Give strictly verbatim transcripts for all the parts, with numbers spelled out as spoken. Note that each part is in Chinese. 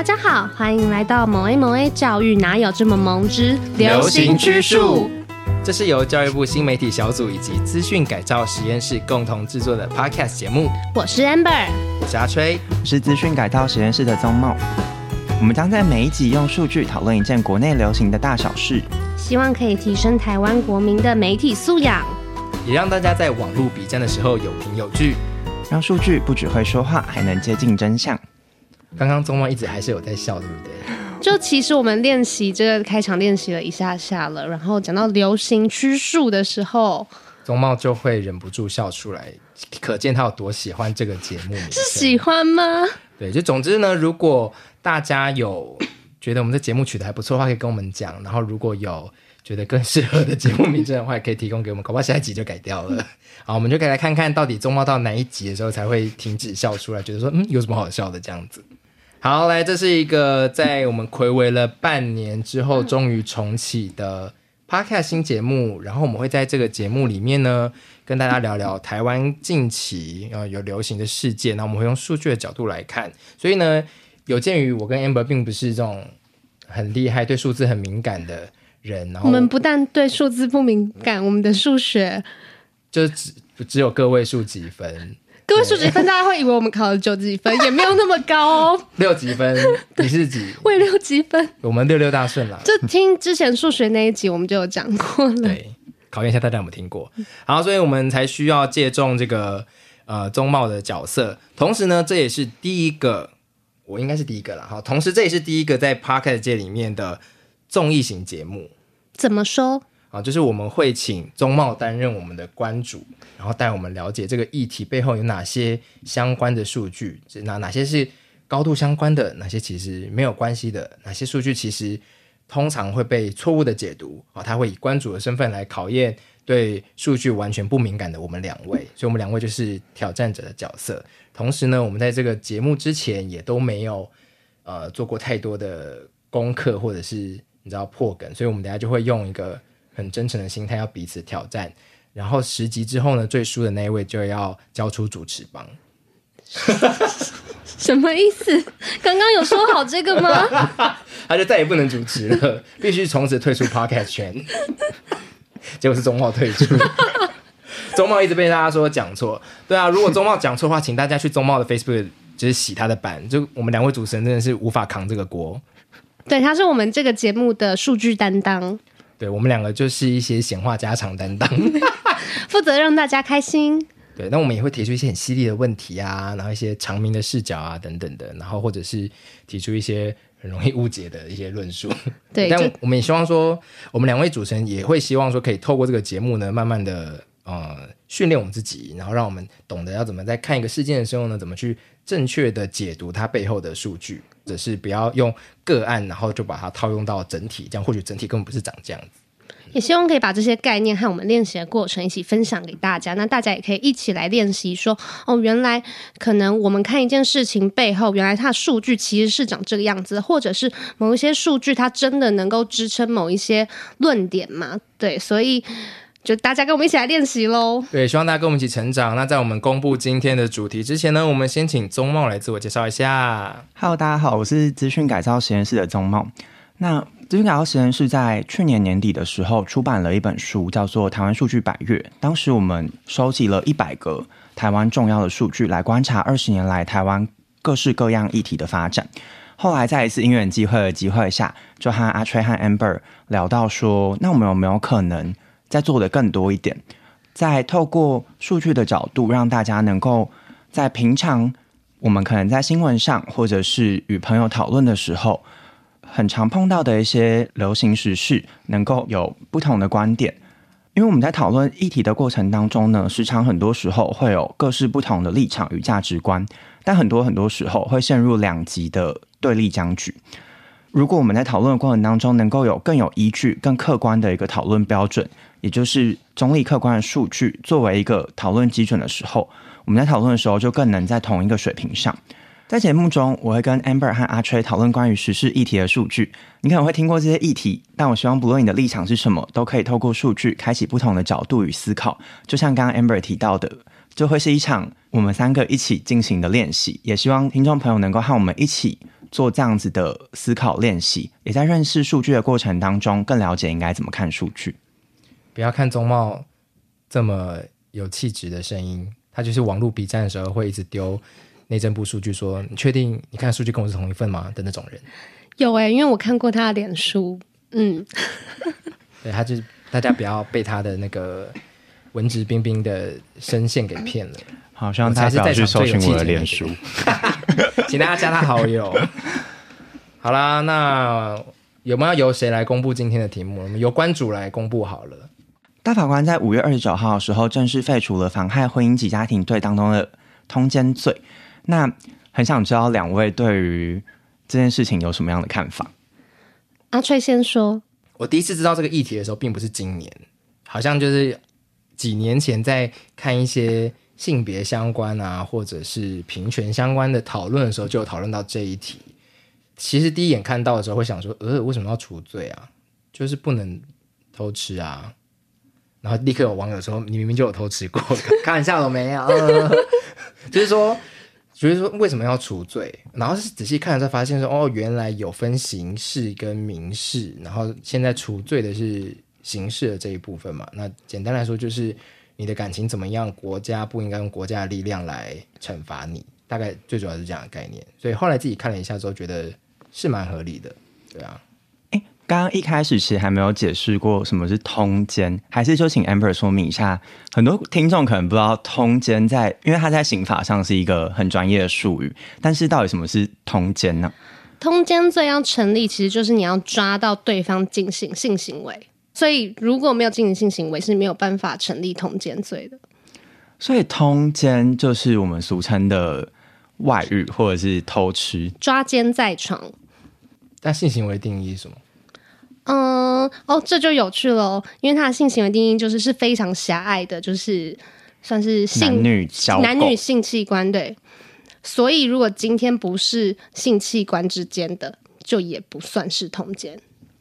家好，欢迎来到某 A 某 A 教育哪有这么萌之流行趋数。 这是由教育部新媒体小组以及资讯改造实验室共同制作的 Podcast 节目。 我是 Amber， 我是阿吹， 我是资讯改造实验室的宗茂。我们将在每一集用数据讨论一件国内流行的大小事， 希望可以提升台湾国民的媒体素养， 也让大家在网络比战的时候有凭有据， 让数据不只会说话，还能接近真相。 刚刚宗茂一直还是有在笑，对不对？ 就其实我们练习这个开场练习了一下下了，然后讲到流行趋数的时候， 宗茂就会忍不住笑出来，可见他有多喜欢这个节目。 是喜欢吗？ 对，就总之呢，如果大家有觉得我们这节目取得还不错的话，可以跟我们讲，然后如果有觉得更适合的节目名称的话，也可以提供给我们，搞不好下一集就改掉了。好，我们就可以来看看到底宗茂到哪一集的时候才会停止笑出来，觉得说嗯有什么好笑的这样子。好，来，这是一个在我们睽违了半年之后终于重启的 Podcast 新节目，然后我们会在这个节目里面呢跟大家聊聊台湾近期有流行的事件，那我们会用数据的角度来看，所以呢有鉴于我跟 Amber 并不是这种很厉害对数字很敏感的人，然后我们不但对数字不敏感，我们的数学就 只, 只有个位数几分， 各位数几分，大家会以为我们考了九几分，也没有那么高哦。 六几分，你是几？ 我也六几分， 我们六六大顺啦。 就听之前数学那一集，我们就有讲过了。 对，考验一下大家有没有听过。好，所以我们才需要借重这个呃宗茂的角色，同时呢，这也是第一个，我应该是第一个啦。好，同时这也是第一个在 Podcast 界里面的综艺型节目。 怎么说？ 啊，就是我们会请宗茂担任我们的关主，然后带我们了解这个议题背后有哪些相关的数据，哪哪些是高度相关的，哪些其实没有关系的，哪些数据其实通常会被错误的解读。啊，他会以关主的身份来考验对数据完全不敏感的我们两位，所以我们两位就是挑战者的角色。同时呢，我们在这个节目之前也都没有呃做过太多的功课或者是你知道破梗，所以我们等一下就会用一个很真诚的心态要彼此挑战，然后十集之后呢，最输的那一位就要交出主持棒。 什么意思？刚刚有说好这个吗？ 他就再也不能主持了，必须从此退出 Podcast 圈。结果是宗茂退出。宗茂一直被大家说讲错，对啊，如果宗茂讲错的话，请大家去宗茂的 Facebook 就是洗他的版，就我们两位主持人真的是无法扛这个锅。 对，他是我们这个节目的数据担当。 对，我们两个就是一些闲话家常担当， 负责让大家开心。 对，那我们也会提出一些很犀利的问题啊，然后一些长明的视角啊等等的，然后或者是提出一些很容易误解的一些论述。 对， 但我们也希望说，我们两位主持人也会希望说，可以透过这个节目呢，慢慢的呃训练我们自己，然后让我们懂得要怎么在看一个事件的时候呢，怎么去正确的解读它背后的数据，或者是不要用个案，然后就把它套用到整体，这样或许整体根本不是长这样子。 也希望可以把这些概念和我们练习的过程一起分享给大家，那大家也可以一起来练习说，哦，原来可能我们看一件事情背后，原来它的数据其实是长这个样子，或者是某一些数据它真的能够支撑某一些论点嘛？对，所以就大家跟我们一起来练习咯。 对，希望大家跟我们一起成长。那在我们公布今天的主题之前呢，我们先请宗茂来自我介绍一下。 Hello， 大家好，我是资讯改造实验室的宗茂。那资讯改造实验室在去年年底的时候出版了一本书，叫做《台湾数据百月》。当时我们收集了一百个台湾重要的数据，来观察二十年来台湾各式各样议题的发展。后来在一次因缘际会的机会下，就和阿吹和 Amber 聊到说，那我们有没有可能再做得更多一点，再透过数据的角度，让大家能够在平常我们可能在新闻上或者是与朋友讨论的时候，很常碰到的一些流行时事能够有不同的观点。因为我们在讨论议题的过程当中呢，时常很多时候会有各式不同的立场与价值观，但很多很多时候会陷入两极的对立僵局。如果我们在讨论的过程当中能够有更有依据更客观的一个讨论标准，也就是中立客观的数据作为一个讨论基准的时候，我们在讨论的时候就更能在同一个水平上。在节目中，我会跟 Amber 和阿吹讨论关于时事议题的数据。你可能会听过这些议题，但我希望不论你的立场是什么，都可以透过数据开启不同的角度与思考。就像刚刚 Amber 提到的，就会是一场我们三个一起进行的练习，也希望听众朋友能够和我们一起做这样子的思考练习，也在认识数据的过程当中更了解应该怎么看数据。 不要看宗茂这么有气质的声音，他就是网络比战的时候会一直丢内政部数据说你确定你看数据跟我是同一份吗的那种人。 有耶、欸、因为我看过他的脸书。嗯， 对，他就是大家不要被他的那个文质彬彬的声线给骗了。 好，希望大家不要去搜寻我的脸书， 请大家加他好友。好啦，那有没有由谁来公布今天的题目？我们由关主来公布好了。 大法官在五月二十九号的时候正式废除了妨害婚姻及家庭罪当中的通奸罪。那很想知道两位对于这件事情有什么样的看法？ 阿翠先说。 我第一次知道这个议题的时候并不是今年，好像就是几年前在看一些性别相关啊或者是平权相关的讨论的时候就有讨论到这一题。其实第一眼看到的时候会想说呃，为什么要除罪啊？就是不能偷吃啊。然后立刻有网友说你明明就有偷吃过。开玩笑了没有、呃、就是说就是说为什么要除罪，然后是仔细看了才发现说哦，原来有分刑事跟民事，然后现在除罪的是刑事的这一部分嘛。那简单来说就是你的感情怎么样，国家不应该用国家的力量来惩罚你，大概最主要是这样的概念。所以后来自己看了一下之后觉得是蛮合理的。对啊， 刚刚一开始其实还没有解释过什么是通奸，还是就请 Amber 说明一下。很多听众可能不知道通奸在，因为它在刑法上是一个很专业的术语，但是到底什么是通奸呢？ 通奸罪要成立，其实就是你要抓到对方进行性行为，所以如果没有进行性行为是没有办法成立通奸罪的。 所以通奸就是我们俗称的外遇或者是偷吃， 抓奸在床。 但性行为定义是什么？ 嗯，哦，这就有趣了哦，因为他的性行为定义就是是非常狭隘的，就是算是性男女交媾男女性器官，对。所以如果今天不是性器官之间的，就也不算是通奸。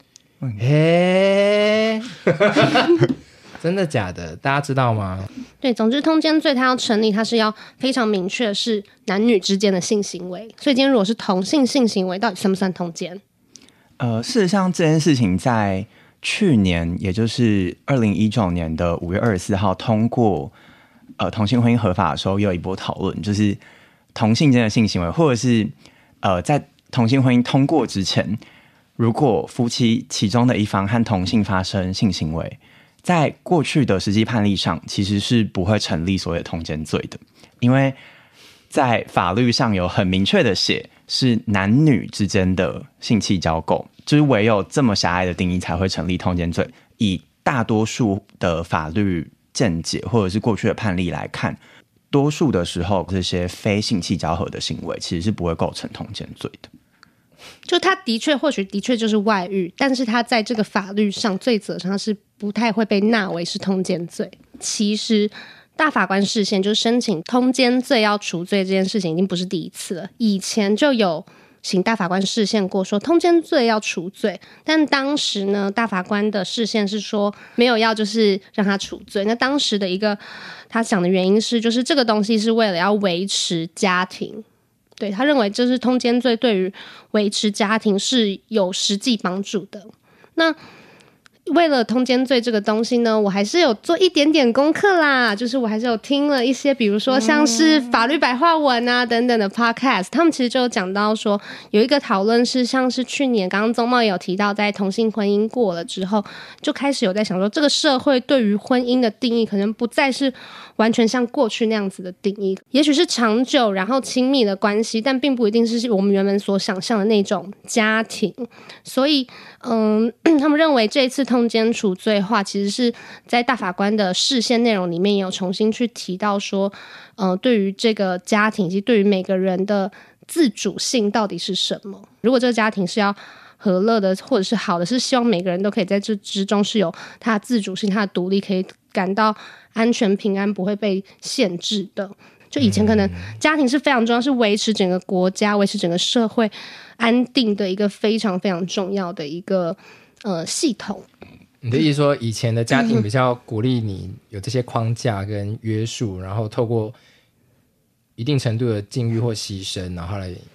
嘿真的假的？大家知道吗？ 对，总之通奸罪它要成立，它是要非常明确是男女之间的性行为。所以今天如果是同性性行为，到底算不算通奸？ 呃，事实上这件事情在去年，也就是二零一九年的五月二十四号通过呃同性婚姻合法的时候，也有一波讨论，就是同性间的性行为，或者是呃在同性婚姻通过之前，如果夫妻其中的一方和同性发生性行为，在过去的实际判例上，其实是不会成立所谓的通奸罪的，因为在法律上有很明确的写。是男女之间的性器交媾，就是唯有这么狭隘的定义才会成立通奸罪。以大多数的法律见解或者是过去的判例来看，多数的时候这些非性器交合的行为其实是不会构成通奸罪的。 就他的确或许的确就是外遇，但是他在这个法律上罪责上是不太会被纳为是通奸罪。其实大法官释宪就是申请通奸罪要除罪这件事情已经不是第一次了，以前就有请大法官释宪过说通奸罪要除罪，但当时呢大法官的释宪是说没有要就是让他除罪。那当时的一个他讲的原因是就是这个东西是为了要维持家庭，对，他认为就是通奸罪对于维持家庭是有实际帮助的。那为了通奸罪这个东西呢，我还是有做一点点功课啦，就是我还是有听了一些比如说像是法律白话文啊等等的 podcast， 他们其实就有讲到说有一个讨论是像是去年刚刚宗茂也有提到，在同性婚姻过了之后就开始有在想说这个社会对于婚姻的定义可能不再是完全像过去那样子的定义，也许是长久然后亲密的关系，但并不一定是我们原本所想象的那种家庭。所以嗯，他们认为这一次通奸除罪化其实是在大法官的释宪内容里面也有重新去提到说呃，对于这个家庭以及对于每个人的自主性到底是什么。如果这个家庭是要和乐的或者是好的，是希望每个人都可以在这之中是有他的自主性，他的独立，可以感到安全平安，不会被限制的。就以前可能家庭是非常重要，是维持整个国家维持整个社会安定的一个非常非常重要的一个呃系统。 你的意思说以前的家庭比较鼓励你有这些框架跟约束、嗯、然后透过一定程度的禁欲或牺牲然后来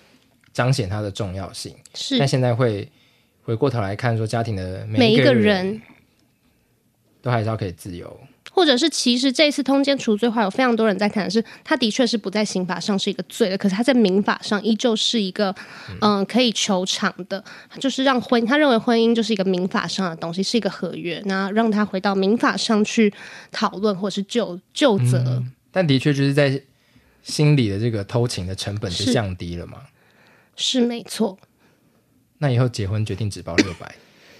彰显它的重要性。 是， 但现在会回过头来看说，家庭的每每一个一个人人都还是要可以自由。 或者是其实这一次通奸除罪化有非常多人在看的是，他的确是不在刑法上是一个罪的，可是他在民法上依旧是一个嗯、呃、可以求偿的，就是让婚他认为婚姻就是一个民法上的东西，是一个合约，那让他回到民法上去讨论或是就就责、嗯。 但的确就是在心里的这个偷情的成本就降低了嘛， 是, 是没错。 那以后结婚决定只包六百。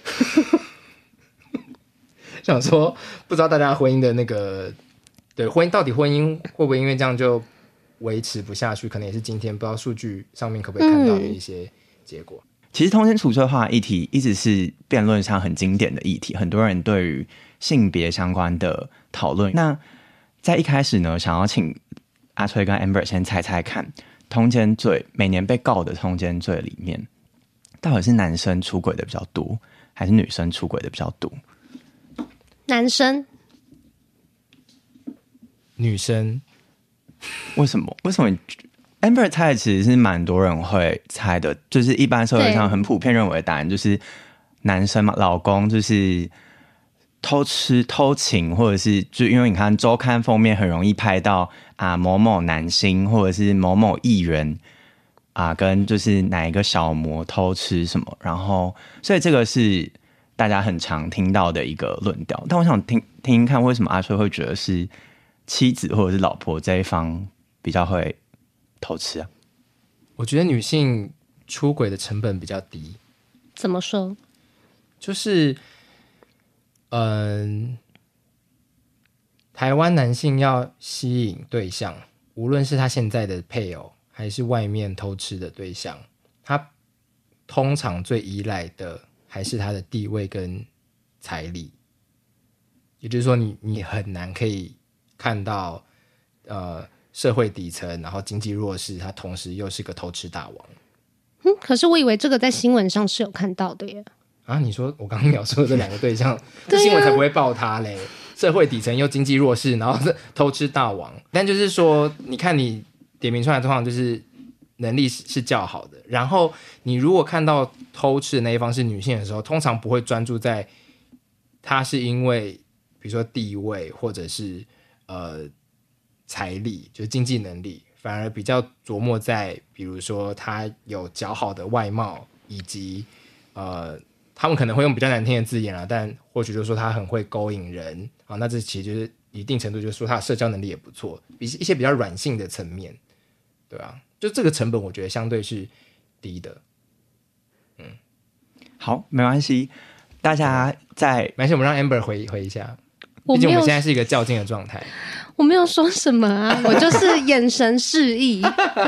想说不知道大家婚姻的那个对婚姻到底婚姻会不会因为这样就维持不下去，可能也是今天不知道数据上面可不可以看到的一些结果、嗯、 其实通奸除罪化议题一直是辩论上很经典的议题，很多人对于性别相关的讨论。那在一开始呢，想要请阿崔跟 Amber 先猜猜看，通奸罪每年被告的通奸罪里面到底是男生出轨的比较多还是女生出轨的比较多？ 男生。 女生。 为什么？为什么 Amber 猜其实是蛮多人会猜的，就是一般社会上很普遍认为的答案就是男生嘛，老公就是偷吃偷情，或者是就因为你看周刊封面很容易拍到啊某某男星或者是某某艺人啊跟就是哪一个小模偷吃什么，然后所以这个是大家很常听到的一个论调。但我想听听听看，为什么阿崔会觉得是妻子或者是老婆这一方比较会偷吃啊？ 我觉得女性出轨的成本比较低。 怎么说？ 就是嗯，台湾男性要吸引对象，无论是他现在的配偶还是外面偷吃的对象，他通常最依赖的还是他的地位跟财力。也就是说你你很难可以看到呃社会底层然后经济弱势，他同时又是个偷吃大王。 嗯，可是我以为这个在新闻上是有看到的耶。 啊，你说我刚刚描述的这两个对象，这新闻才不会报他嘞。社会底层又经济弱势，然后偷吃大王。但就是说，你看你点名出来，通常就是能力是是较好的。然后你如果看到偷吃的那一方是女性的时候，通常不会专注在她是因为比如说地位或者是呃财力，就是经济能力，反而比较琢磨在比如说她有较好的外貌，以及呃。他们可能会用比较难听的字眼啦，但或许就是说他很会勾引人啊，那这其实就是一定程度就是说他的社交能力也不错，比一些比较软性的层面，对啊，就这个成本我觉得相对是低的。嗯， 好，没关系，大家在没关系，我们让 Amber 回回一下，毕竟我们现在是一个较劲的状态。 我没有说什么啊，我就是眼神示意。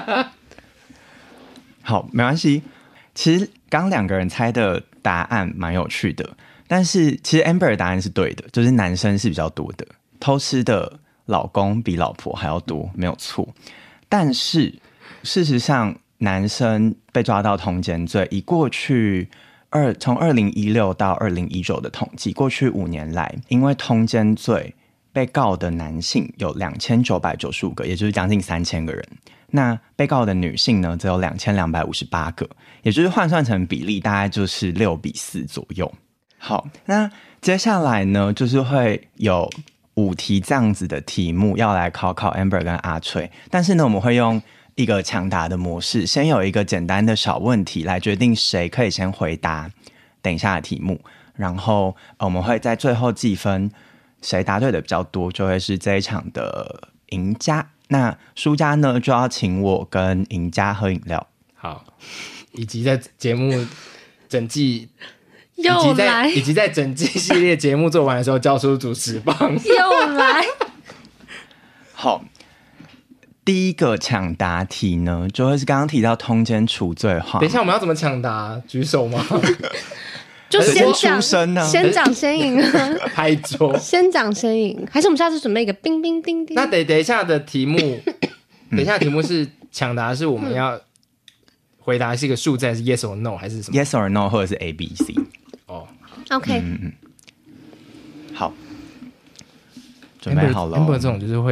好，没关系。其实刚两个人猜的答案蛮有趣的，但是其实 Amber 的答案是对的，就是男生是比较多的，偷吃的老公比老婆还要多，没有错。但是事实上，男生被抓到通奸罪，以过去二从二零一六到二零一九的统计，过去五年来，因为通奸罪被告的男性有两千九百九十五个，也就是将近三千个人。那被告的女性呢，则有两千两百五十八个，也就是换算成比例，大概就是六比四左右。好，那接下来呢，就是会有五题这样子的题目要来考考 Amber 跟阿崔，但是呢，我们会用一个抢答的模式，先有一个简单的小问题来决定谁可以先回答等一下的题目，然后我们会在最后计分，谁答对的比较多，就会是这一场的赢家。那输家呢，就要请我跟赢家喝饮料。 好，以及在节目整季又来， 以及在整季系列节目做完的时候交出主持棒。 又来。 好，第一个抢答题呢，就会是刚刚提到通奸除罪化。 等一下，我们要怎么抢答？举手吗？ 就先讲， 啊、 先讲先赢啊！ 拍桌， 先讲先赢，还是我们下次准备一个冰冰叮叮？ 那等等一下的题目，等一下的题目是抢答，是我们要回答是一个数字，还是 yes or no， 还是什么 ？yes or no， 或者是 A B C。 哦 ，OK， 嗯嗯，好，准备好了。 Amber 这种就是会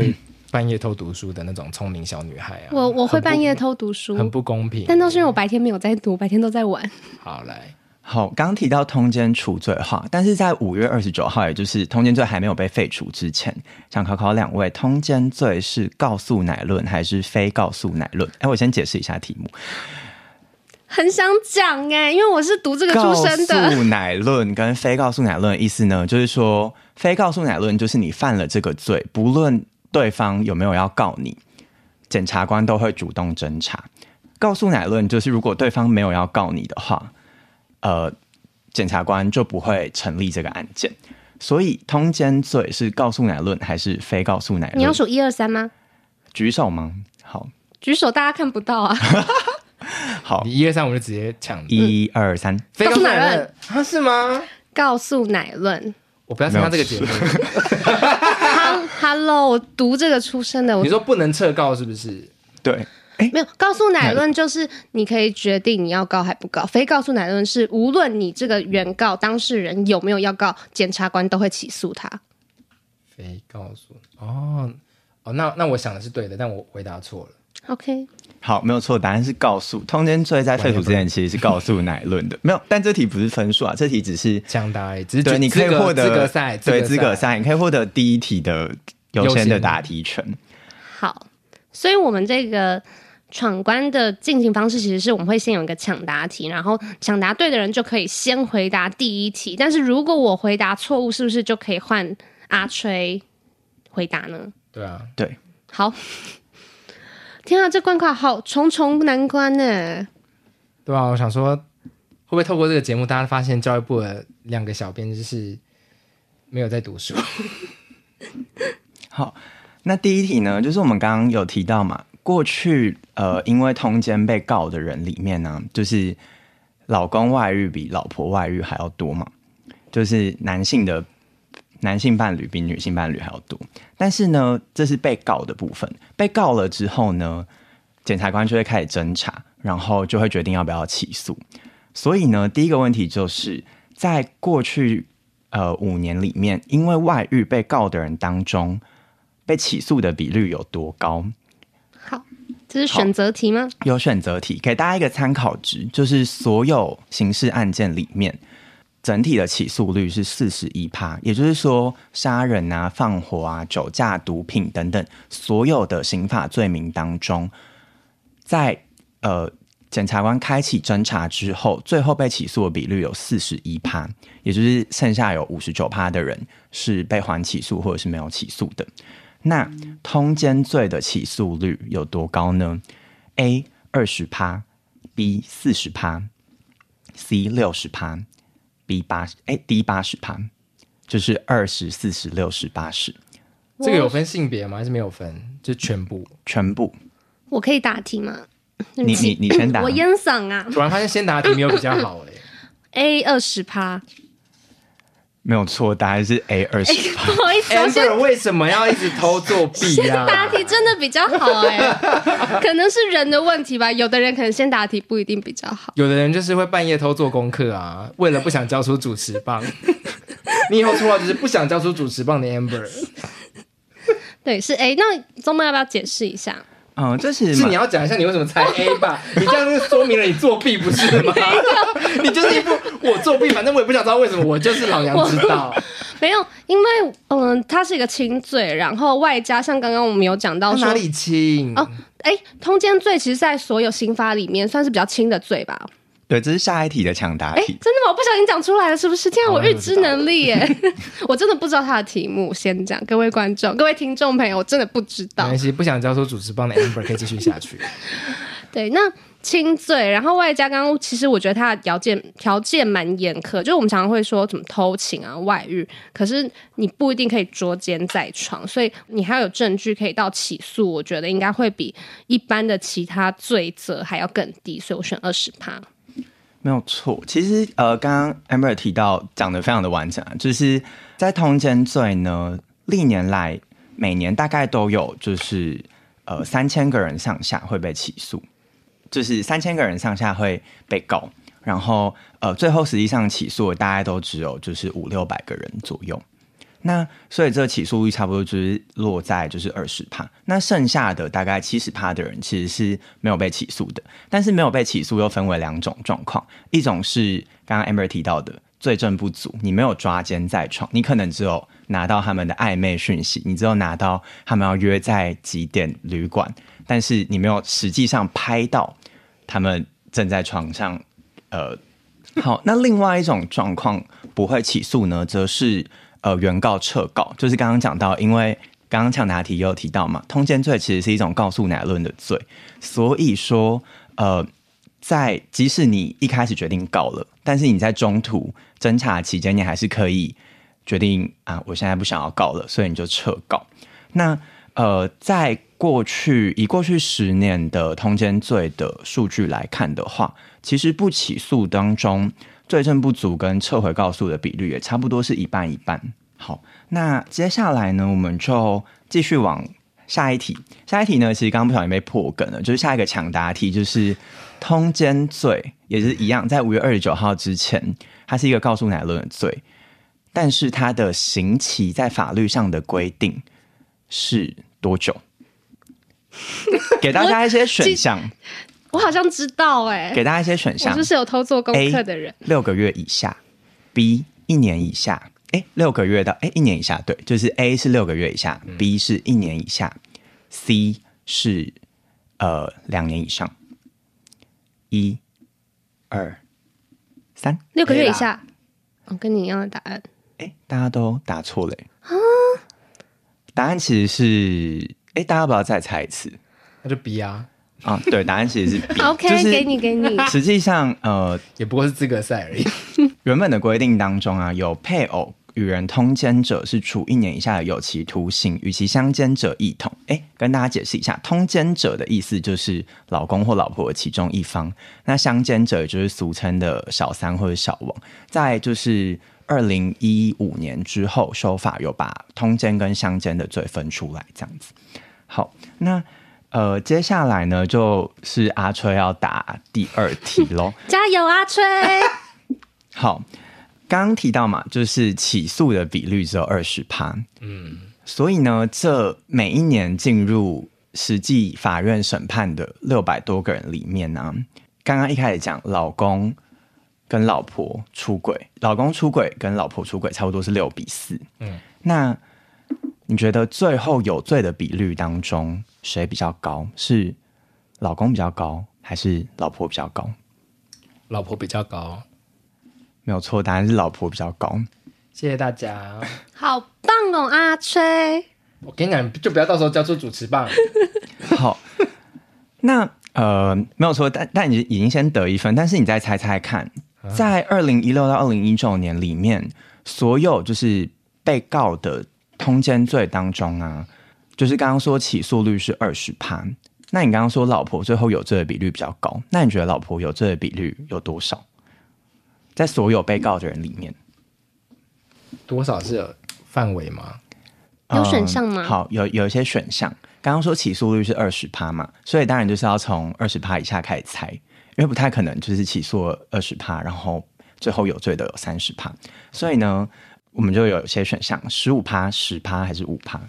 半夜偷读书的那种聪明小女孩啊。 我我会半夜偷读书， 很不公平。 但都是因为我白天没有在读，白天都在玩。 好，来。 好，刚刚提到通奸除罪化，但是在五月二十九号，也就是通奸罪还没有被废除之前，想考考两位，通奸罪是告诉乃论还是非告诉乃论？哎，我先解释一下题目。 很想讲哎，因为我是读这个出身的。 告诉乃论跟非告诉乃论的意思呢，就是说非告诉乃论就是你犯了这个罪，不论对方有没有要告你，检察官都会主动侦查。告诉乃论就是如果对方没有要告你的话，呃，检察官就不会成立这个案件。所以通奸罪是告诉乃论还是非告诉乃论？ 你要数一二三吗？ 举手吗？好， 举手，大家看不到啊。 好， 你一二三，我就直接抢。 一二三， 非告诉乃论啊？是吗？ 告诉乃论， 我不要参加这个节目。 Hello， 我读这个出身的。 你说不能撤告是不是？ 对。 没有，告诉乃论就是你可以决定你要告还不告，非告诉乃论是无论你这个原告当事人有没有要告，检察官都会起诉他。 非告诉哦哦，那那我想的是对的，但我回答错了。 OK， 好，没有错，答案是告诉。通奸罪在废除之前其实是告诉乃论的，没有，但这题不是分数啊，这题只是抢答而已，只是对，你可以获得资格赛， 对资格赛，你可以获得第一题的优先的答题权。 好，所以我们这个闯关的进行方式其实是我们会先有一个抢答题，然后抢答对的人就可以先回答第一题，但是如果我回答错误，是不是就可以换阿吹回答呢？ 对啊， 对。 好，天啊，这关卡好重重难关呢。 对啊，我想说，会不会透过这个节目，大家发现教育部的两个小编就是没有在读书？ 好，那第一题呢，就是我们刚刚有提到嘛。过去呃，因为通奸被告的人里面呢，就是老公外遇比老婆外遇还要多嘛，就是男性的男性伴侣比女性伴侣还要多。但是呢，这是被告的部分，被告了之后呢，检察官就会开始侦查，然后就会决定要不要起诉。所以呢，第一个问题就是在过去呃五年里面，因为外遇被告的人当中，被起诉的比率有多高？ 好，这是选择题吗？ 有选择题，给大家一个参考值，就是所有刑事案件里面，整体的起诉率是 百分之四十一， 也就是说，杀人啊、放火啊、酒驾、毒品等等，所有的刑法罪名当中，在呃检察官开启侦查之后，最后被起诉的比率有 百分之四十一， 也就是剩下有 百分之五十九 的人是被缓起诉或者是没有起诉的。那通奸罪的起诉率有多高呢？ A 二十 B 四十 C 六十 B 八十哎 D 八十 就是二十四十六十八十。 这个有分性别吗？还是没有分？就全部全部。 我可以答题吗？ 你你你先答。 我烟嗓啊。 突然发现先答题没有比较好哎、 欸。A 二十趴。 没有错，答案是 A 二十。 不好意思 ，Amber 为什么要一直偷作弊呀、啊？ 先答题真的比较好哎、欸，可能是人的问题吧。有的人可能先答题不一定比较好， 有的人就是会半夜偷做功课啊，为了不想交出主持棒。你以后绰号就是不想交出主持棒的 Amber。 对，是 A。那宗梦要不要解释一下？ 嗯，这是是你要讲一下你为什么猜 A 吧？你这样就说明了你作弊不是吗？你就是一副我作弊，反正我也不想知道为什么，我就是老娘知道。 没有，因为嗯、呃，它是一个轻罪，然后外加像刚刚我们有讲到说哪里轻哦，哎，通奸罪其实在所有刑法里面算是比较轻的罪吧？ 对，这是下一题的抢答题。 真的吗？我不小心讲出来了，是不是？这样我预知能力耶！我真的不知道他的题目，先讲，各位观众、各位听众朋友，我真的不知道。 没关系，不想交出主持棒的 Amber 可以继续下去。 对，那轻罪，然后外加刚刚其实我觉得他的条件条件蛮严苛，就是我们常常会说怎么偷情啊、外遇，可是你不一定可以捉奸在床，所以你还要有证据可以到起诉，我觉得应该会比一般的其他罪责还要更低，所以我选二十趴。 没有错，其实呃，刚刚 Amber 提到讲得非常的完整，就是在通奸罪呢，历年来每年大概都有就是呃三千个人上下会被起诉，就是三千个人上下会被告，然后呃最后实际上起诉的大概都只有就是五六百个人左右。 那所以这起诉率差不多就是落在就是二十趴，那剩下的大概七十趴的人其实是没有被起诉的。但是没有被起诉又分为两种状况，一种是刚刚 Amber 提到的罪证不足，你没有抓奸在床，你可能只有拿到他们的暧昧讯息，你只有拿到他们要约在几点旅馆，但是你没有实际上拍到他们正在床上。呃，好，那另外一种状况不会起诉呢，则是呃原告撤告，就是刚刚讲到，因为刚刚抢答题也有提到嘛，通奸罪其实是一种告诉乃论的罪，所以说呃，在即使你一开始决定告了，但是你在中途侦查期间，你还是可以决定啊，我现在不想要告了，所以你就撤告。那呃，在过去以过去十年的通奸罪的数据来看的话，其实不起诉当中，罪证不足跟撤回告诉的比率也差不多是一半一半。好，那接下来呢，我们就继续往下一题。下一题呢，其实刚刚不小心被破梗了，就是下一个抢答题，就是通奸罪，也是一样，在五月二十九号之前，它是一个告诉乃论的罪，但是它的刑期在法律上的规定是多久？给大家一些选项。 我好像知道哎、欸， 给大家一些选项。 我就是有偷做功课的人。 六个月以下 ，B 一年以下，哎，六个月到哎一年以下，对，就是 A 是六个月以下、嗯、，B 是一年以下 ，C 是呃两年以上。一、二、三， 六个月以下。我、哦、跟你一样的答案。 哎，大家都答错了啊！答案其实是，哎，大家要不要再猜一次？ 那就 B 啊。 啊，对，答案其实是 B。 OK， 就是、给你，给你。 实际上，呃， 也不过是资格赛而已。 原本的规定当中啊，有配偶与人通奸者是处一年以下的有期徒刑，与其相奸者一同。哎，跟大家解释一下，通奸者的意思就是老公或老婆的其中一方，那相奸者就是俗称的小三或者小王。在就是二零一五年之后，修法有把通奸跟相奸的罪分出来，这样子。好，那。呃，接下来呢，就是阿吹要答第二题咯。 加油，阿吹！ 好，刚刚提到嘛，就是起诉的比率只有二十趴，嗯，所以呢，这每一年进入实际法院审判的六百多个人里面呢、啊，刚刚一开始讲老公跟老婆出轨，老公出轨跟老婆出轨差不多是六比四，嗯，那你觉得最后有罪的比率当中？谁比较高？是老公比较高，还是老婆比较高？ 老婆比较高， 没有错，答案是老婆比较高。 谢谢大家， 好棒哦，阿吹！ 我跟你讲，就不要到时候交出主持棒。 好，那呃，没有错，但但你已经先得一分，但是你再猜猜看，啊、在二零一六到二零一九年里面，所有就是被告的通奸罪当中啊。就是刚刚说起诉率是二十趴，那你刚刚说老婆最后有罪的比率比较高，那你觉得老婆有罪的比率有多少？在所有被告的人里面， 多少是有范围吗？ 有选项吗？ 嗯、好，有有一些选项。刚刚说起诉率是二十趴嘛，所以当然就是要从二十趴以下开始猜，因为不太可能就是起诉二十趴，然后最后有罪的有三十趴，所以呢，我们就有一些选项：十五趴、十趴还是五趴？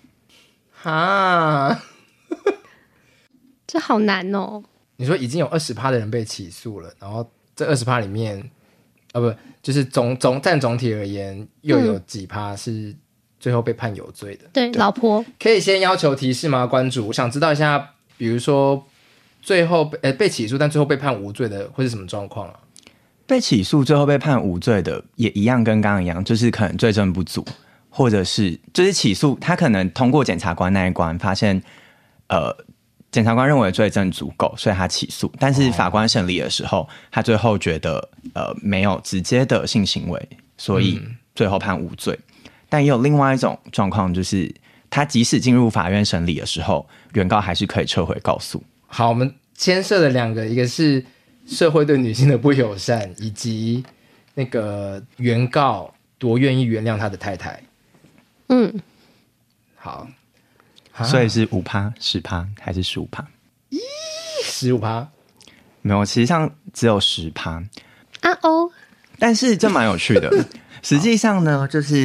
啊， 这好难哦！ 你说已经有二十趴的人被起诉了，然后这二十趴里面，啊不，就是总总占总体而言，又有几趴是最后被判有罪的？ 嗯、对，老婆可以先要求提示吗？关主，我想知道一下，比如说最后被呃被起诉，但最后被判无罪的会是什么状况啊？ 被起诉最后被判无罪的，也一样跟刚刚一样，就是可能罪证不足。或者是就是起诉，他可能通过检察官那一关，发现呃，检察官认为罪证足够，所以他起诉。但是法官审理的时候，他最后觉得呃没有直接的性行为，所以最后判无罪。嗯、但也有另外一种状况，就是他即使进入法院审理的时候，原告还是可以撤回告诉。 好，我们牵涉的两个，一个是社会对女性的不友善，以及那个原告多愿意原谅他的太太。 嗯， 好， 所以是五趴、十趴还是十五趴？ 咦，十五趴？ 没有，实际上只有十趴。 啊哦， 但是这蛮有趣的。实际上呢，就是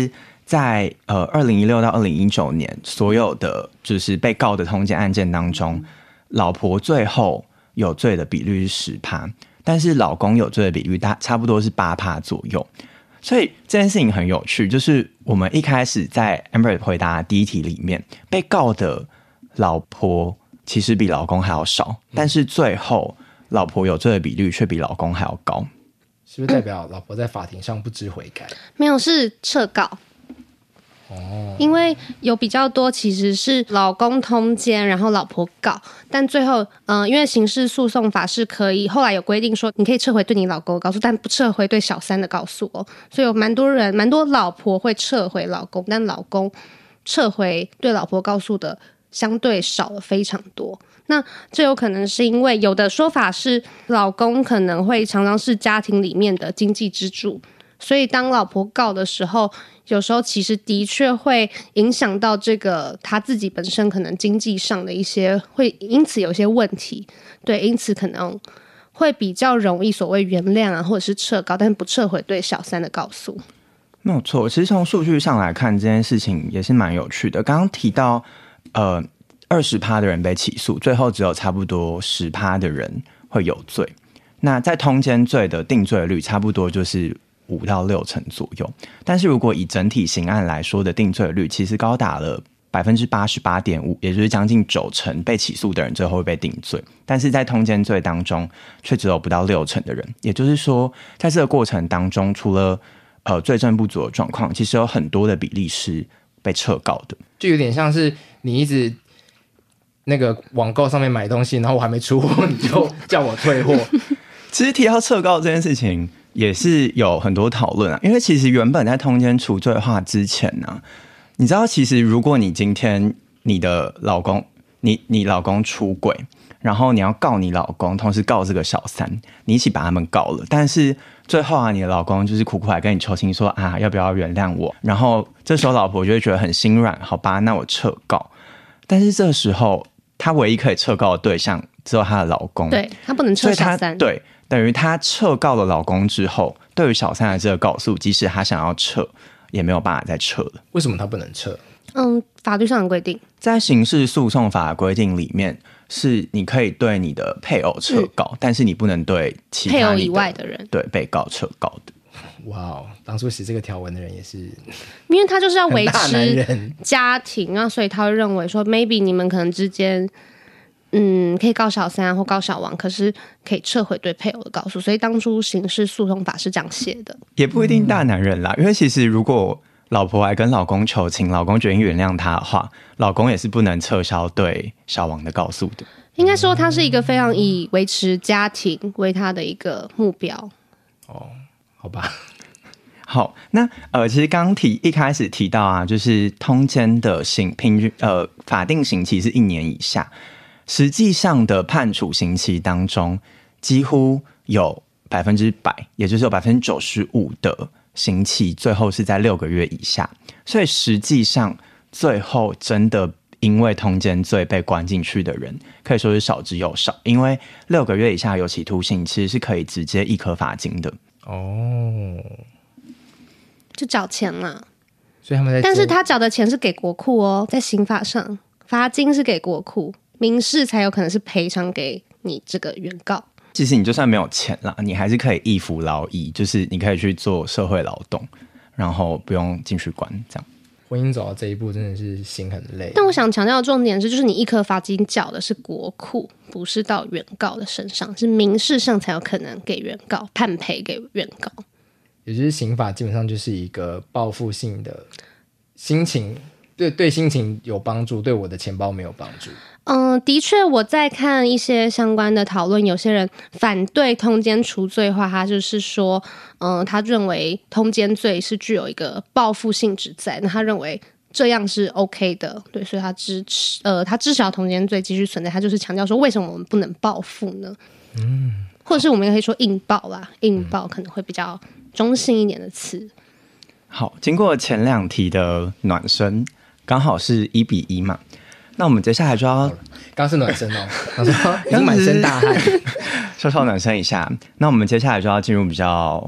在呃二零一六到二零一九年所有的就是被告的通奸案件当中，老婆最后有罪的比率是 百分之十， 但是老公有罪的比率大差不多是 百分之八 左右。所以这件事情很有趣，就是我们一开始在 Amber 回答第一题里面，被告的老婆其实比老公还要少，但是最后老婆有罪的比率却比老公还要高。 是不是代表老婆在法庭上不知悔改？ 没有，是撤告。 哦， 因为有比较多其实是老公通奸，然后老婆告，但最后，嗯、呃，因为刑事诉讼法是可以，后来有规定说你可以撤回对你老公的告诉，但不撤回对小三的告诉哦，所以有蛮多人，蛮多老婆会撤回老公，但老公撤回对老婆告诉的相对少了非常多。那这有可能是因为有的说法是老公可能会常常是家庭里面的经济支柱，所以当老婆告的时候，有时候其实的确会影响到这个他自己本身可能经济上的一些，会因此有些问题，对，因此可能会比较容易所谓原谅啊，或者是撤告，但是不撤回对小三的告诉。 没有错，其实从数据上来看，这件事情也是蛮有趣的。刚刚提到，呃，二十趴的人被起诉，最后只有差不多十趴的人会有罪。那在通奸罪的定罪率，差不多就是五到六成左右。但是如果以整体刑案来说的定罪率，其实高达了百分之八十八点五，也就是将近九成被起诉的人最后会被定罪。但是在通奸罪当中，却只有不到六成的人。也就是说，在这个过程当中，除了呃罪证不足的状况，其实有很多的比例是被撤告的， 就有点像是你一直那个网购上面买东西，然后我还没出货，你就叫我退货。 其实提到撤告这件事情，也是有很多讨论啊。因为其实原本在通奸除罪化之前呢、啊，你知道，其实如果你今天你的老公，你你老公出轨，然后你要告你老公，同时告这个小三，你一起把他们告了，但是最后啊，你的老公就是苦苦来跟你求情说啊，要不要原谅我？然后这时候老婆就会觉得很心软，好吧，那我撤告。但是这时候她唯一可以撤告的对象只有她的老公， 对，她不能撤小三， 对，等于她撤告了老公之后，对于小三的这个告诉，即使她想要撤，也没有办法再撤了。 为什么她不能撤？ 嗯，法律上的规定， 在刑事诉讼法的规定里面，是你可以对你的配偶撤告，嗯、但是你不能对其他配偶以外的人对被告撤告的。 哇哦，当初写这个条文的人也是， 因为他就是要维持家庭啊，所以他会认为说 ，maybe 你们可能之间，嗯，可以告小三或告小王，可是可以撤回对配偶的告诉，所以当初刑事诉讼法是这样写的。 也不一定大男人啦，嗯、因为其实如果老婆来跟老公求情，老公决定原谅他的话，老公也是不能撤销对小王的告诉的。 应该说，他是一个非常以维持家庭为他的一个目标。 哦，好吧。 好，那呃，其实刚提一开始提到啊，就是通奸的刑平均呃法定刑期是一年以下，实际上的判处刑期当中，几乎有百分之百，也就是有百分之九十五的刑期最后是在六个月以下，所以实际上最后真的因为通奸罪被关进去的人，可以说是少之又少，因为六个月以下有期徒刑其实是可以直接易科罚金的。 哦。 就缴钱了， 所以他们在， 但是他缴的钱是给国库哦，在刑法上罚金是给国库，民事才有可能是赔偿给你这个原告。 其实你就算没有钱啦，你还是可以易服劳役，就是你可以去做社会劳动，然后不用进去关这样。 婚姻走到这一步真的是心很累。 但我想强调的重点是，就是你一颗罚金缴的是国库，不是到原告的身上，是民事上才有可能给原告判赔给原告。 也就是刑法基本上就是一个报复性的心情，对对心情有帮助，对我的钱包没有帮助。 嗯，的确，我在看一些相关的讨论，有些人反对通奸除罪化，他就是说，嗯，他认为通奸罪是具有一个报复性质在，那他认为这样是 OK 的，对，所以他支持，呃，他支持通奸罪继续存在，他就是强调说，为什么我们不能报复呢？嗯，或者是我们也可以说硬报啦，硬报可能会比较中性一点的词。 好，经过前两题的暖身，刚好是一比一嘛。那我们接下来就要， 刚是暖身哦，他说已经满身大汗， 稍稍暖身一下。那我们接下来就要进入比较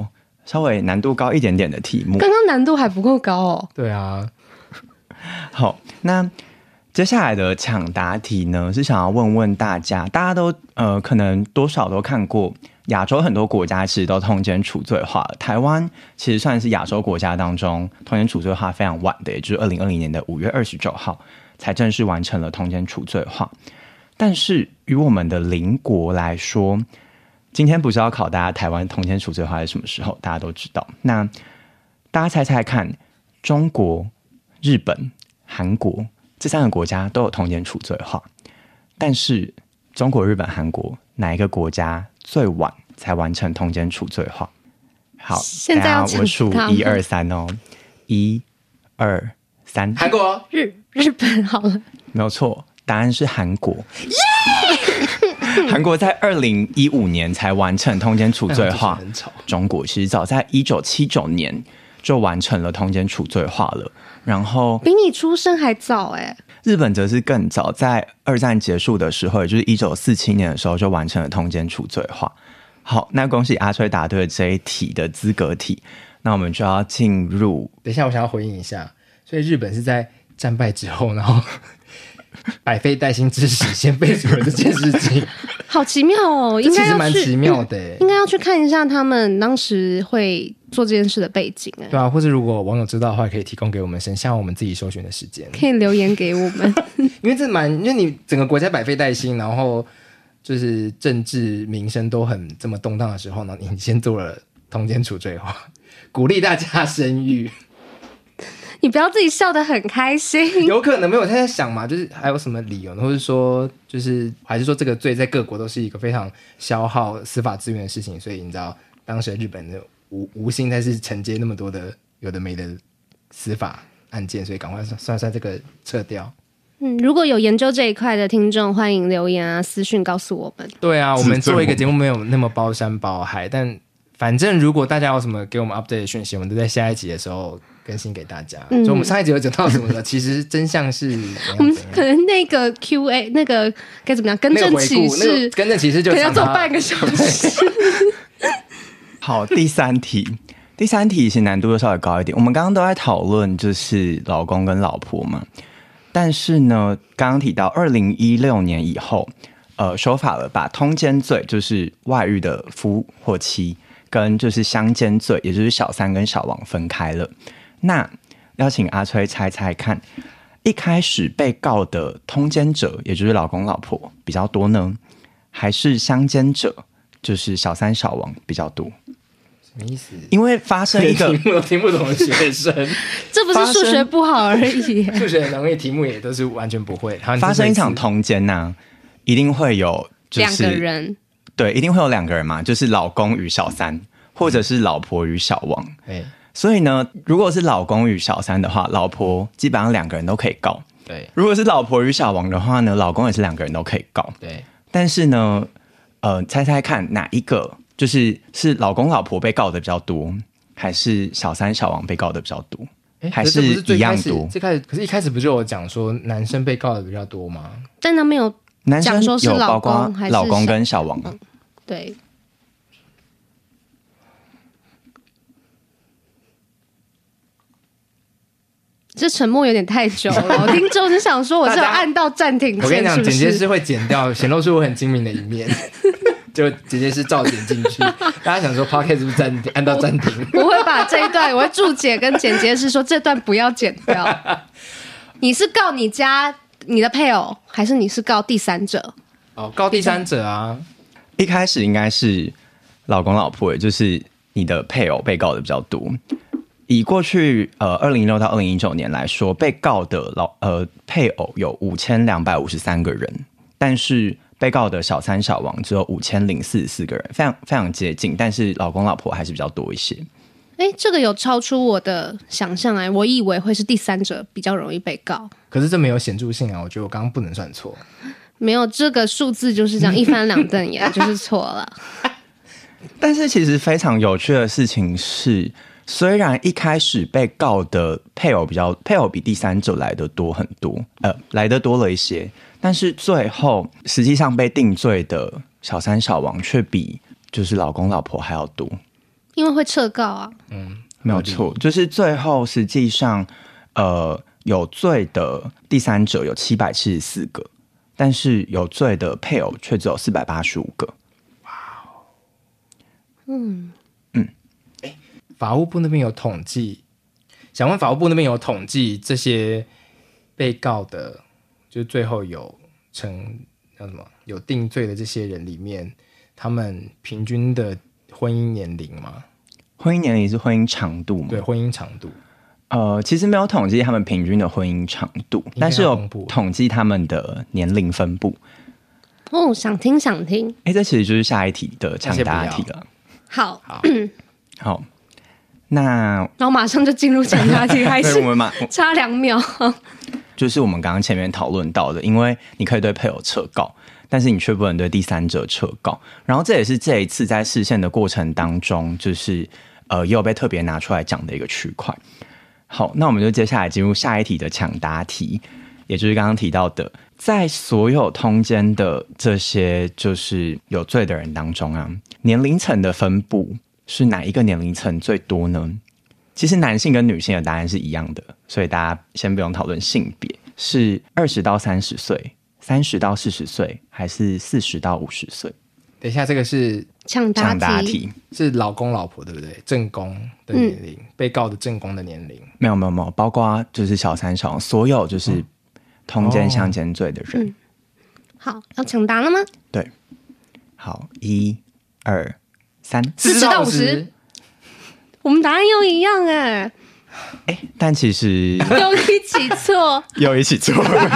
稍微难度高一点点的题目。 刚刚难度还不够高哦。 对啊。 好，那接下来的抢答题呢，是想要问问大家，大家都呃可能多少都看过，亚洲很多国家其实都通奸除罪化了。台湾其实算是亚洲国家当中通奸除罪化非常晚的，也就是二零二零年的五月二十九号才正式完成了通奸除罪化。但是与我们的邻国来说，今天不是要考大家台湾通奸除罪化是什么时候，大家都知道。那大家猜猜看，中国、日本、韩国这三个国家都有通奸除罪化，但是中国、日本、韩国哪一个国家最晚才完成通奸除罪化？好， 现在要我数一二三哦，一、二、三， 韩国、 日日本好了， 没有错，答案是韩国。韩国在二零一五年才完成通奸除罪化，中国其实早在一九七九年就完成了通奸除罪化了。然后比你出生还早哎、欸。 日本则是更早，在二战结束的时候，也就是一九四七年的时候就完成了通奸除罪化。好，那恭喜阿吹答对了这一题的资格题，那我们就要进入。 等一下，我想要回应一下，所以日本是在战败之后，然后百废待兴之时先废除了这件事情， 好奇妙哦！应该要去， 其实蛮奇妙的、欸， 应该要去看一下他们当时会做这件事的背景、欸。 对啊，或者如果网友知道的话，可以提供给我们，省下我们自己搜寻的时间， 可以留言给我们。 因为这蛮，因为你整个国家百废待兴，然后就是政治民生都很这么动荡的时候呢，你先做了通奸除罪化，鼓励大家生育。 你不要自己笑得很开心， 有可能没有，我在想嘛，就是还有什么理由呢？或者说，就是还是说这个罪在各国都是一个非常消耗司法资源的事情，所以你知道，当时的日本的无无心再是承接那么多的有的没的司法案件，所以赶快算算这个撤掉。 嗯，如果有研究这一块的听众，欢迎留言啊，私讯告诉我们。 对啊，我们做一个节目没有那么包山包海，但反正如果大家有什么给我们 update 的讯息，我们都在下一集的时候更新给大家。嗯、所以我们上一集有讲到什么的，其实真相是怎样怎样。 我们可能那个 Q A 那个该怎么样更正启事， 那个、更正启事就可能要做半个小时。 好，第三题，第三题其实难度稍微高一点。我们刚刚都在讨论就是老公跟老婆嘛，但是呢，刚刚提到二零一六年以后，呃，修法了，把通奸罪就是外遇的夫或妻，跟就是相奸罪，也就是小三跟小王分开了。那要请阿吹猜猜看，一开始被告的通奸者，也就是老公老婆比较多呢，还是相奸者，就是小三小王比较多？ 什么意思？ 因为发生一个题目都听不懂的学生， 这不是数学不好而已， 数学很容易，题目也都是完全不会。 发生一场通奸呐、啊，一定会有就是两个人， 对，一定会有两个人嘛，就是老公与小三，或者是老婆与小王。 对， 所以呢，如果是老公与小三的话，老婆基本上两个人都可以告。 对， 如果是老婆与小王的话呢，老公也是两个人都可以告。 对， 但是呢，呃，猜猜看哪一个？就是是老公老婆被告的比较多，还是小三小王被告的比较多？还是一样多？ 最开始，可是一开始不就有讲说男生被告的比较多吗？ 但他没有讲说是老公还是老公跟小王、嗯。 对，这沉默有点太久了，我听众就想说我是有按到暂停键。 我跟你讲，剪接师会剪掉，显露出我很精明的一面。就直接是照剪进去，大家想说 podcast 是不是暂停？按到暂停， 我会把这一段，我会注解跟剪接师说这段不要剪掉。你是告你家你的配偶，还是你是告第三者？ 哦，告第三者啊。 一开始应该是老公老婆，也就是你的配偶被告的比较多。以过去呃二零一六到二零一九年来说，被告的老呃配偶有五千两百五十三个人，但是被告的小三小王只有五千零四十四个人，非常非常接近，但是老公老婆还是比较多一些。 哎，这个有超出我的想象哎，我以为会是第三者比较容易被告， 可是这没有显著性啊，我觉得我刚刚不能算错。 没有，这个数字就是这样一翻两瞪眼，就是错了。 但是其实非常有趣的事情是，虽然一开始被告的配偶比较配偶比第三者来得多很多，呃，来得多了一些。但是最后实际上被定罪的小三小王却比就是老公老婆还要多， 因为会撤告啊。 嗯， 没有错，就是最后实际上，呃，有罪的第三者有七百七十四个，但是有罪的配偶却只有四百八十五个。哇哦， 嗯嗯，哎，法务部那边有统计，想问法务部那边有统计这些被告的，就最后有成叫什么有定罪的这些人里面，他们平均的婚姻年龄吗？ 婚姻年龄是婚姻长度吗？ 对，婚姻长度。 呃，其实没有统计他们平均的婚姻长度，但是有统计他们的年龄分布。 哦，想听想听。 哎，这其实就是下一题的抢答题了。 好， 好， 好，那然后马上就进入抢答题开始。 我们马差两秒。 就是我们刚刚前面讨论到的，因为你可以对配偶撤告，但是你却不能对第三者撤告。然后这也是这一次在释宪的过程当中，就是呃，也有被特别拿出来讲的一个区块。好，那我们就接下来进入下一题的抢答题，也就是刚刚提到的，在所有通奸的这些就是有罪的人当中啊，年龄层的分布是哪一个年龄层最多呢？其实男性跟女性的答案是一样的，所以大家先不用讨论性别，是二十到三十岁、三十到四十岁，还是四十到五十岁？ 等一下，这个是抢答 题, 答题是老公老婆对不对？正宫的年龄、嗯，被告的正宫的年龄， 没有没有没有，包括就是小三小王，所有就是通奸相奸罪的人、哦嗯。 好，要抢答了吗？ 对，好，一、二、三， 四十到五十。我们答案又一样哎， 哎，但其实又一起错， 又一起错。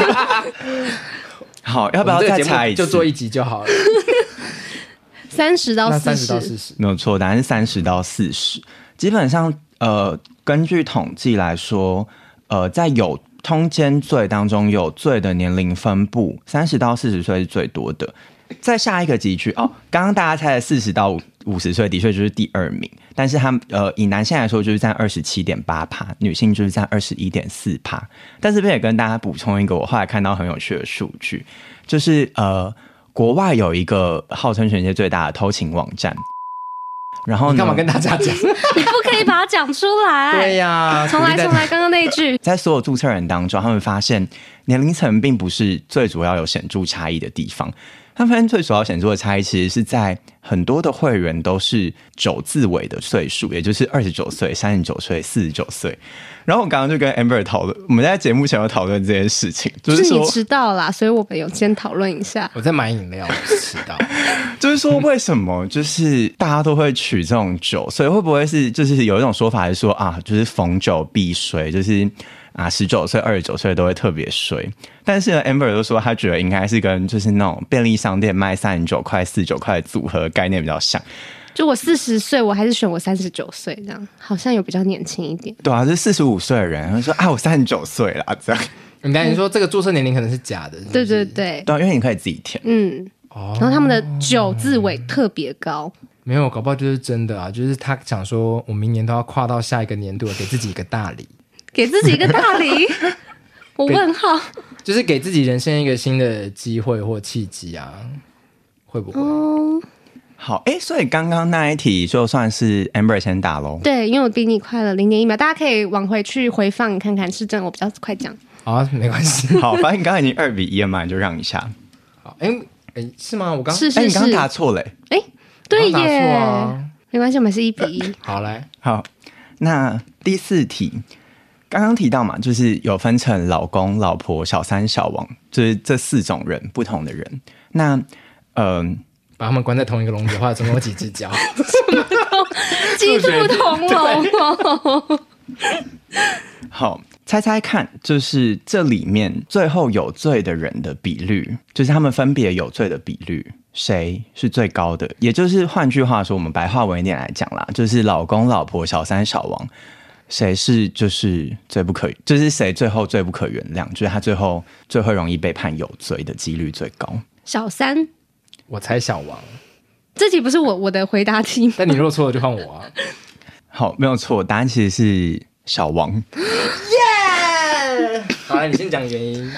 好，要不要再猜一次？ 就做一集就好了。 三十到四十，到四十， 没有错，答案是三十到四十。基本上，呃，根据统计来说，呃，在有通奸罪当中，有罪的年龄分布，三十到四十岁是最多的。在下一个集区哦，刚刚大家猜的四十到五十岁的确就是第二名，但是他们呃以男性来说就是占二十七点八趴，女性就是占二十一点四趴。但这边也跟大家补充一个我后来看到很有趣的数据，就是呃国外有一个号称全世界最大的偷情网站，然后你干嘛跟大家讲？ 你不可以把它讲出来。 对呀、啊， 重来重来，刚刚那一句。 在所有注册人当中，他们发现年龄层并不是最主要有显著差异的地方。他们发现最主要显著的差异其实是在很多的会员都是九字尾的岁数，也就是二十九岁、三十九岁、四十九岁。然后我刚刚就跟 Amber 讨论，我们在节目前有讨论这件事情，就是说是你迟到啦，所以我们有先讨论一下。 我在买饮料，我迟到。 就是说为什么就是大家都会取这种酒，所以会不会是就是有一种说法是说啊，就是逢酒必衰，就是啊十九岁、二十九岁都会特别衰。但是呢 Amber 都说他觉得应该是跟就是那种便利商店卖三十九块、四十九块的组合概念比较像。 就我四十岁，我还是选我三十九岁，这样好像有比较年轻一点。 对啊，是四十五岁的人，他说啊，我三十九岁了，这样。 你刚才说这个注册年龄可能是假的，是不是？ 对对对， 对啊，因为你可以自己填。 嗯，哦，然后他们的九字尾特别高。 没有，搞不好就是真的啊，就是他想说，我明年都要跨到下一个年度了，给自己一个大礼，给自己一个大礼。我问号， 就是给自己人生一个新的机会或契机啊，会不会？ 哦， 好，哎，所以刚刚那一题就算是 Amber 先打咯。 对，因为我比你快了零点一秒，大家可以往回去回放看看，是真的我比较快讲。 好啊，没关系。 好，反正你刚刚已经二比一了嘛，你就让一下。 好，哎哎，是吗？我刚是是是， 哎，你刚刚答错了。 哎，对耶， 啊、 没关系，我们是一比一。 好，来， 好，那第四题。刚刚提到嘛，就是有分成老公、老婆、小三、小王，就是这四种人，不同的人。那，嗯、呃， 把他们关在同一个笼子的话，总共有几只脚？ 鸡兔同笼哦。 好，猜猜看，就是这里面最后有罪的人的比率，就是他们分别有罪的比率，谁是最高的？也就是换句话说，我们白话文一点来讲啦，就是老公、老婆、小三、小王。谁是就是最不可，就是谁最后最不可原谅，就是他最后最会容易被判有罪的几率最高。 小三， 我猜小王。 这题不是我我的回答题吗？ 但你如果错了就换我啊。 好，没有错，答案其实是小王。 耶！好了，你先讲原因。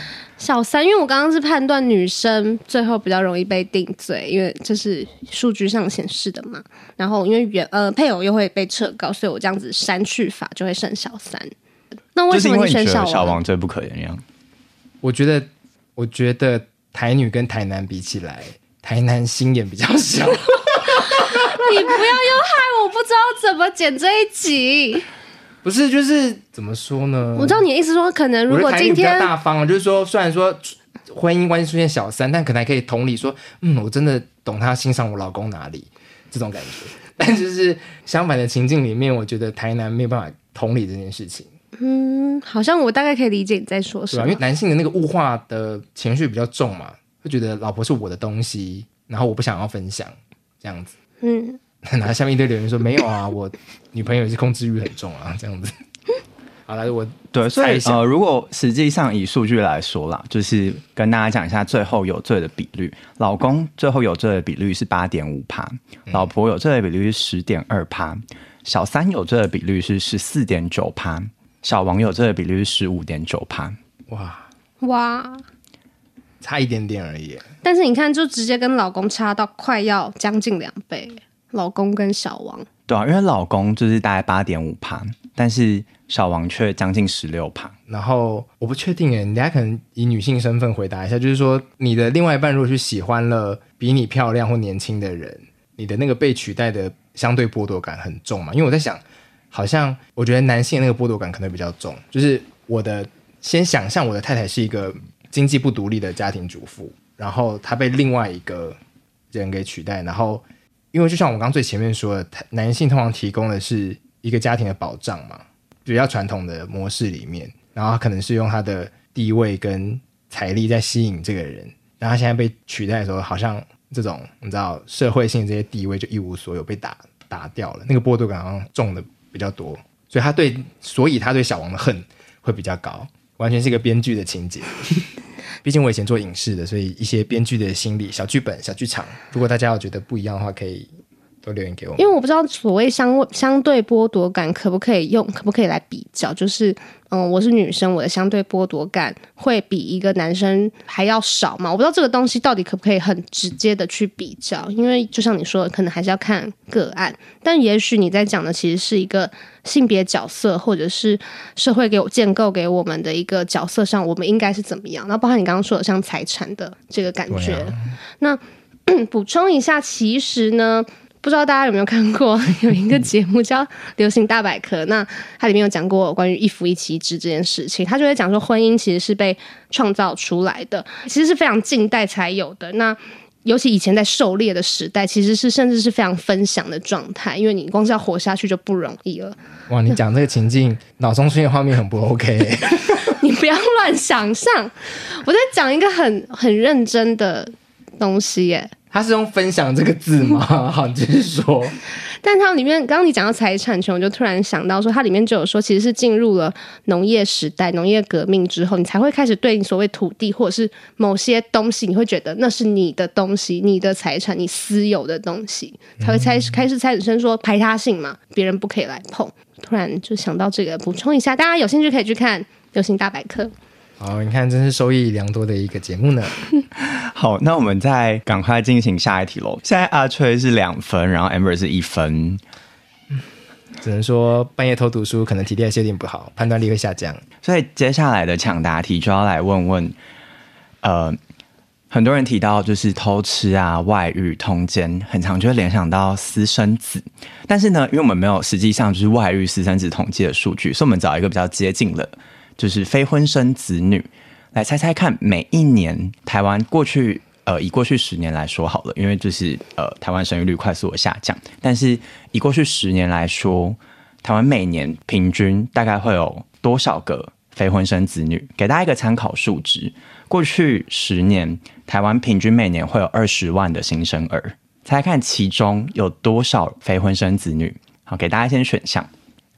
小三，因为我刚刚是判断女生最后比较容易被定罪，因为这是数据上显示的嘛。然后因为原呃配偶又会被撤告，所以我这样子删去法就会剩小三。那为什么你选小王？ 就是因为你觉得小王最不可怜样？ 我觉得，我觉得台女跟台男比起来，台男心眼比较小。 你不要又害我不知道怎么剪这一集。 不是，就是怎么说呢？ 我知道你的意思说，可能如果今天我觉得台女比较大方啊，就是说，虽然说婚姻关系出现小三，但可能还可以同理说，嗯，我真的懂他欣赏我老公哪里这种感觉。但就是相反的情境里面，我觉得台男没有办法同理这件事情。 嗯，好像我大概可以理解你在说什么。 对啊，因为男性的那个物化的情绪比较重嘛，会觉得老婆是我的东西，然后我不想要分享这样子。嗯。然后下面一堆留言说没有啊，我女朋友也是控制欲很重啊，这样子。好了，我对，所以呃，如果实际上以数据来说啦，就是跟大家讲一下最后有罪的比率。老公最后有罪的比率是八点五趴，老婆有罪的比率是十点二趴，小三有罪的比率是十四点九趴，小王有罪的比率是十五点九趴。 哇哇， 差一点点而已。 但是你看，就直接跟老公差到快要将近两倍。老公跟小王， 对啊，因为老公就是大概八点五趴，但是小王却将近十六趴。 然后我不确定耶，你等一下可能以女性身份回答一下，就是说你的另外一半如果去喜欢了比你漂亮或年轻的人，你的那个被取代的相对剥夺感很重嘛？因为我在想，好像我觉得男性的那个剥夺感可能比较重，就是我的先想象我的太太是一个经济不独立的家庭主妇，然后她被另外一个人给取代，然后。因为就像我刚刚最前面说的，男性通常提供的是一个家庭的保障嘛，比较传统的模式里面，然后他可能是用他的地位跟财力在吸引这个人，然后他现在被取代的时候，好像这种你知道社会性这些地位就一无所有，被打打掉了，那个剥夺感好像重的比较多，所以他对，所以他对小王的恨会比较高，完全是一个编剧的情节。毕竟我以前做影视的，所以一些编剧的心理小剧本小剧场，如果大家有觉得不一样的话，可以都留言给我们。 因为我不知道所谓相相对剥夺感可不可以用，可不可以来比较，就是嗯，我是女生，我的相对剥夺感会比一个男生还要少嘛？我不知道这个东西到底可不可以很直接的去比较，因为就像你说的，可能还是要看个案，但也许你在讲的其实是一个性别角色，或者是社会给我建构给我们的一个角色上，我们应该是怎么样？然后包括你刚刚说的像财产的这个感觉，啊、那补充一下，其实呢。不知道大家有没有看过有一个节目叫《流行大百科》，那它里面有讲过关于一夫一妻制这件事情，他就会讲说婚姻其实是被创造出来的，其实是非常近代才有的。那尤其以前在狩猎的时代，其实是甚至是非常分享的状态，因为你光是要活下去就不容易了。 哇，你讲这个情境，脑中出现画面很不 OK 、欸。 你不要乱想象，我在讲一个很很认真的东西耶。 他是用分享这个字吗？好，继续说。 但它里面，刚刚你讲到财产权，我就突然想到说，它里面就有说，其实是进入了农业时代、农业革命之后，你才会开始对你所谓土地或者是某些东西，你会觉得那是你的东西、你的财产、你私有的东西，才会开始开始产生说排他性嘛，别人不可以来碰。突然就想到这个，补充一下，大家有兴趣可以去看《流行大百科》。 好，你看，真是收益良多的一个节目呢。 好，那我们再赶快进行下一题喽。现在阿吹是两分，然后 Amber 是一分。 只能说半夜偷读书，可能体力还是有点不好，判断力会下降。 所以接下来的抢答题就要来问问，呃，很多人提到就是偷吃啊、外遇、通奸，很常就会联想到私生子。但是呢，因为我们没有实际上就是外遇、私生子统计的数据，所以我们找一个比较接近的。就是非婚生子女，来猜猜看，每一年台湾过去呃以过去十年来说好了，因为就是呃台湾生育率快速的下降，但是以过去十年来说，台湾每年平均大概会有多少个非婚生子女？给大家一个参考数值，过去十年台湾平均每年会有二十万的新生儿，猜猜看其中有多少非婚生子女？好，给大家一些选项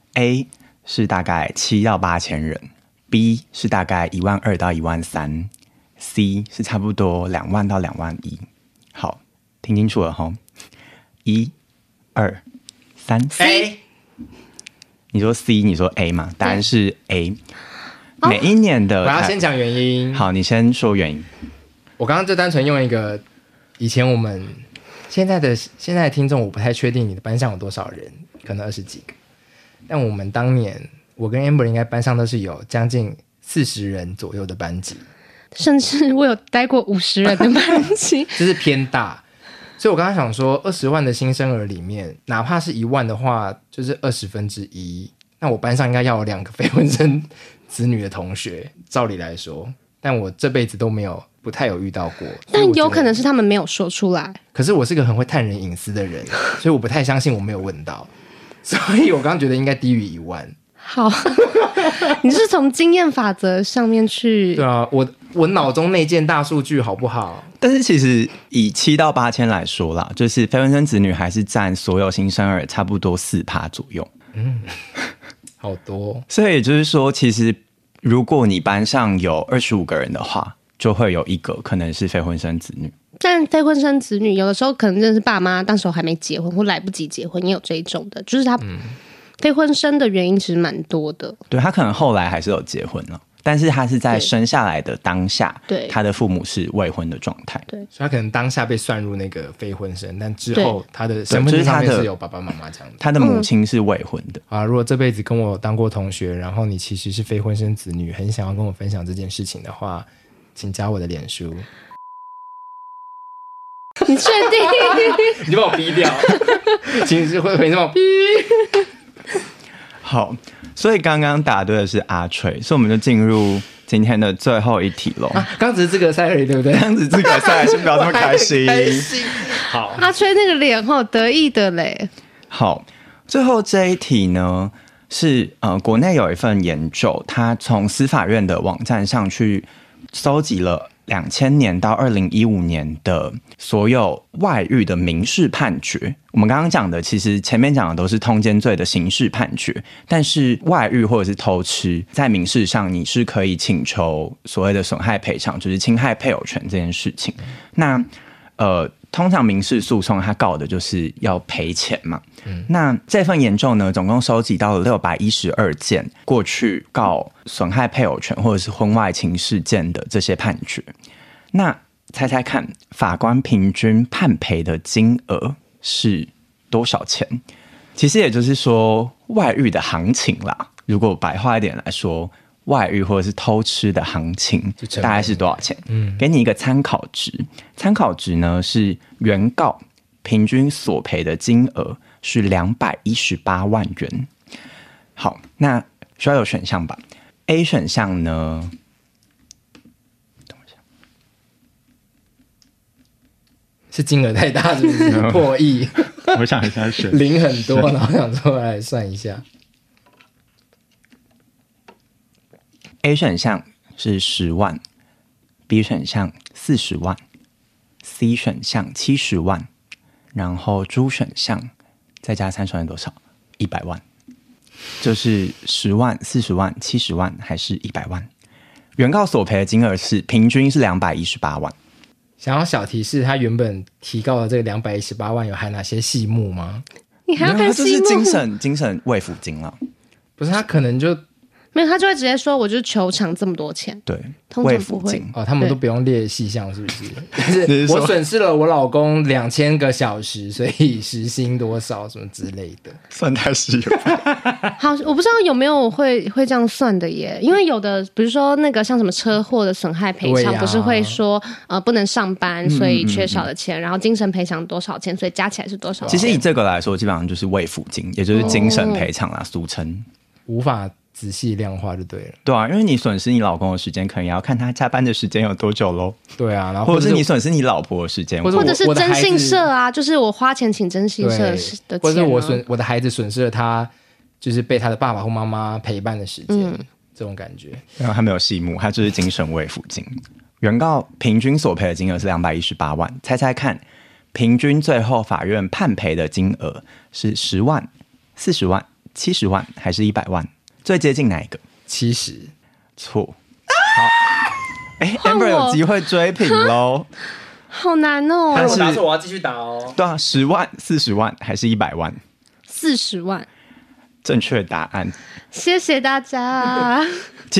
，A 是大概七到八千人。B 是大概一万二到一万三 ，C 是差不多两万到两万一。好，听清楚了齁，一、二、三 ，A。 你说 C， 你说 A 嘛？答案是 A。 每一年的， 我要先讲原因。 好，你先说原因。 我刚刚就单纯用一个以前我们现在的现在的听众，我不太确定你的班上有多少人，可能二十几个。但我们当年，我跟 Amber 应该班上都是有将近四十人左右的班级， 甚至我有待过五十人的班级， 这是偏大。所以我刚刚想说，二十万的新生儿里面，哪怕是一万的话，就是二十分之一。那我班上应该要有两个非婚生子女的同学，照理来说，但我这辈子都没有。不太有遇到过， 但有可能是他们没有说出来。 可是我是个很会探人隐私的人，所以我不太相信我没有问到，所以我刚刚觉得应该低于一万。 好，你是从经验法则上面去？ 对啊，我我脑中内建大数据好不好？ 但是其实以七到八千来说啦，就是非婚生子女还是占所有新生儿差不多四趴左右。 嗯，好多。 所以也就是说，其实如果你班上有二十五个人的话。就会有一个可能是非婚生子女， 但非婚生子女有的时候可能真的是爸妈当时候还没结婚或来不及结婚，也有这一种的，就是他非婚生的原因其实蛮多的。 对，他可能后来还是有结婚了，但是他是在生下来的当下，对他的父母是未婚的状态， 对， 所以他可能当下被算入那个非婚生，但之后他的身份证上面是有爸爸妈妈这样子， 他的母亲是未婚的、 嗯、啊。如果这辈子跟我当过同学，然后你其实是非婚生子女，很想要跟我分享这件事情的话，请加我的脸书。 你确定？ 你就把我逼掉。请是会会帮我逼。 好，所以刚刚答对的是阿吹，所以我们就进入今天的最后一题喽。 刚、啊、只是资格赛而已，对不对？ 刚只是资格赛，先不要这么开心。 开心好， 阿吹那个脸好得意的嘞。 好，最后这一题呢？是呃，国内有一份研究，它从司法院的网站上去搜集了两千年到二零一五年的所有外遇的民事判决。我们刚刚讲的，其实前面讲的都是通奸罪的刑事判决，但是外遇或者是偷吃，在民事上你是可以请求所谓的损害赔偿，就是侵害配偶权这件事情。那呃。通常民事诉讼它告的就是要赔钱嘛、嗯、那这份研究呢总共收集到了六百一十二件过去告损害配偶权或者是婚外情事件的这些判决。那猜猜看法官平均判赔的金额是多少钱？其实也就是说外遇的行情啦，如果白话一点来说，外遇或者是偷吃的行情大概是多少钱？嗯，给你一个参考值，参考值呢是原告平均索赔的金额是两百一十八万元。好，那需要有选项吧 ？A 选项呢？等一下， 是金额太大，是不是破亿？ 我想一下选零很多，然后想说来算一下。 A 选项是十万 ，B 选项四十万 ，C 选项七十万，然后 D 选项再加三十万多少？一百万，就是十万、四十万、七十万还是一百万？原告索赔的金额是平均是两百一十八万。 想要小提示，他原本提告的这个两百一十八万有含哪些细目吗？ 你还要看细目？ 就是精神精神慰抚金了。 不是，他可能就。 没有，他就会直接说，我就是求偿这么多钱。 对， 通常不会哦，他们都不用列细项，是不是？就是我损失了我老公两千个小时，所以时薪多少什么之类的， 算太细了。 好，我不知道有没有会会这样算的耶，因为有的，比如说那个像什么车祸的损害赔偿，不是会说呃不能上班，所以缺少了钱，嗯嗯嗯，然后精神赔偿多少钱，所以加起来是多少钱？ 其实以这个来说，基本上就是慰抚金，也就是精神赔偿啦，俗称无法。仔细量化就对了。 对啊，因为你损失你老公的时间，可能也要看他加班的时间有多久咯。 对啊，然后或者是你损失你老婆的时间， 或者是征信社啊，就是我花钱请征信社的钱、啊， 或者是我损我的孩子损失了他就是被他的爸爸或妈妈陪伴的时间、嗯，这种感觉。 然后他没有细目，他就是精神慰抚金。原告平均索赔的金额是两百一十八万，猜猜看，平均最后法院判赔的金额是十万、四十万、七十万还是一百万？最接近哪一个？ 七十， 错。好，哎、欸、，Amber 有机会追平喽。 好难哦！ 但我答错，我要继续答哦。 对啊，十万、四十万还是一百万？ 四十万。 正确答案。 谢谢大家。 其实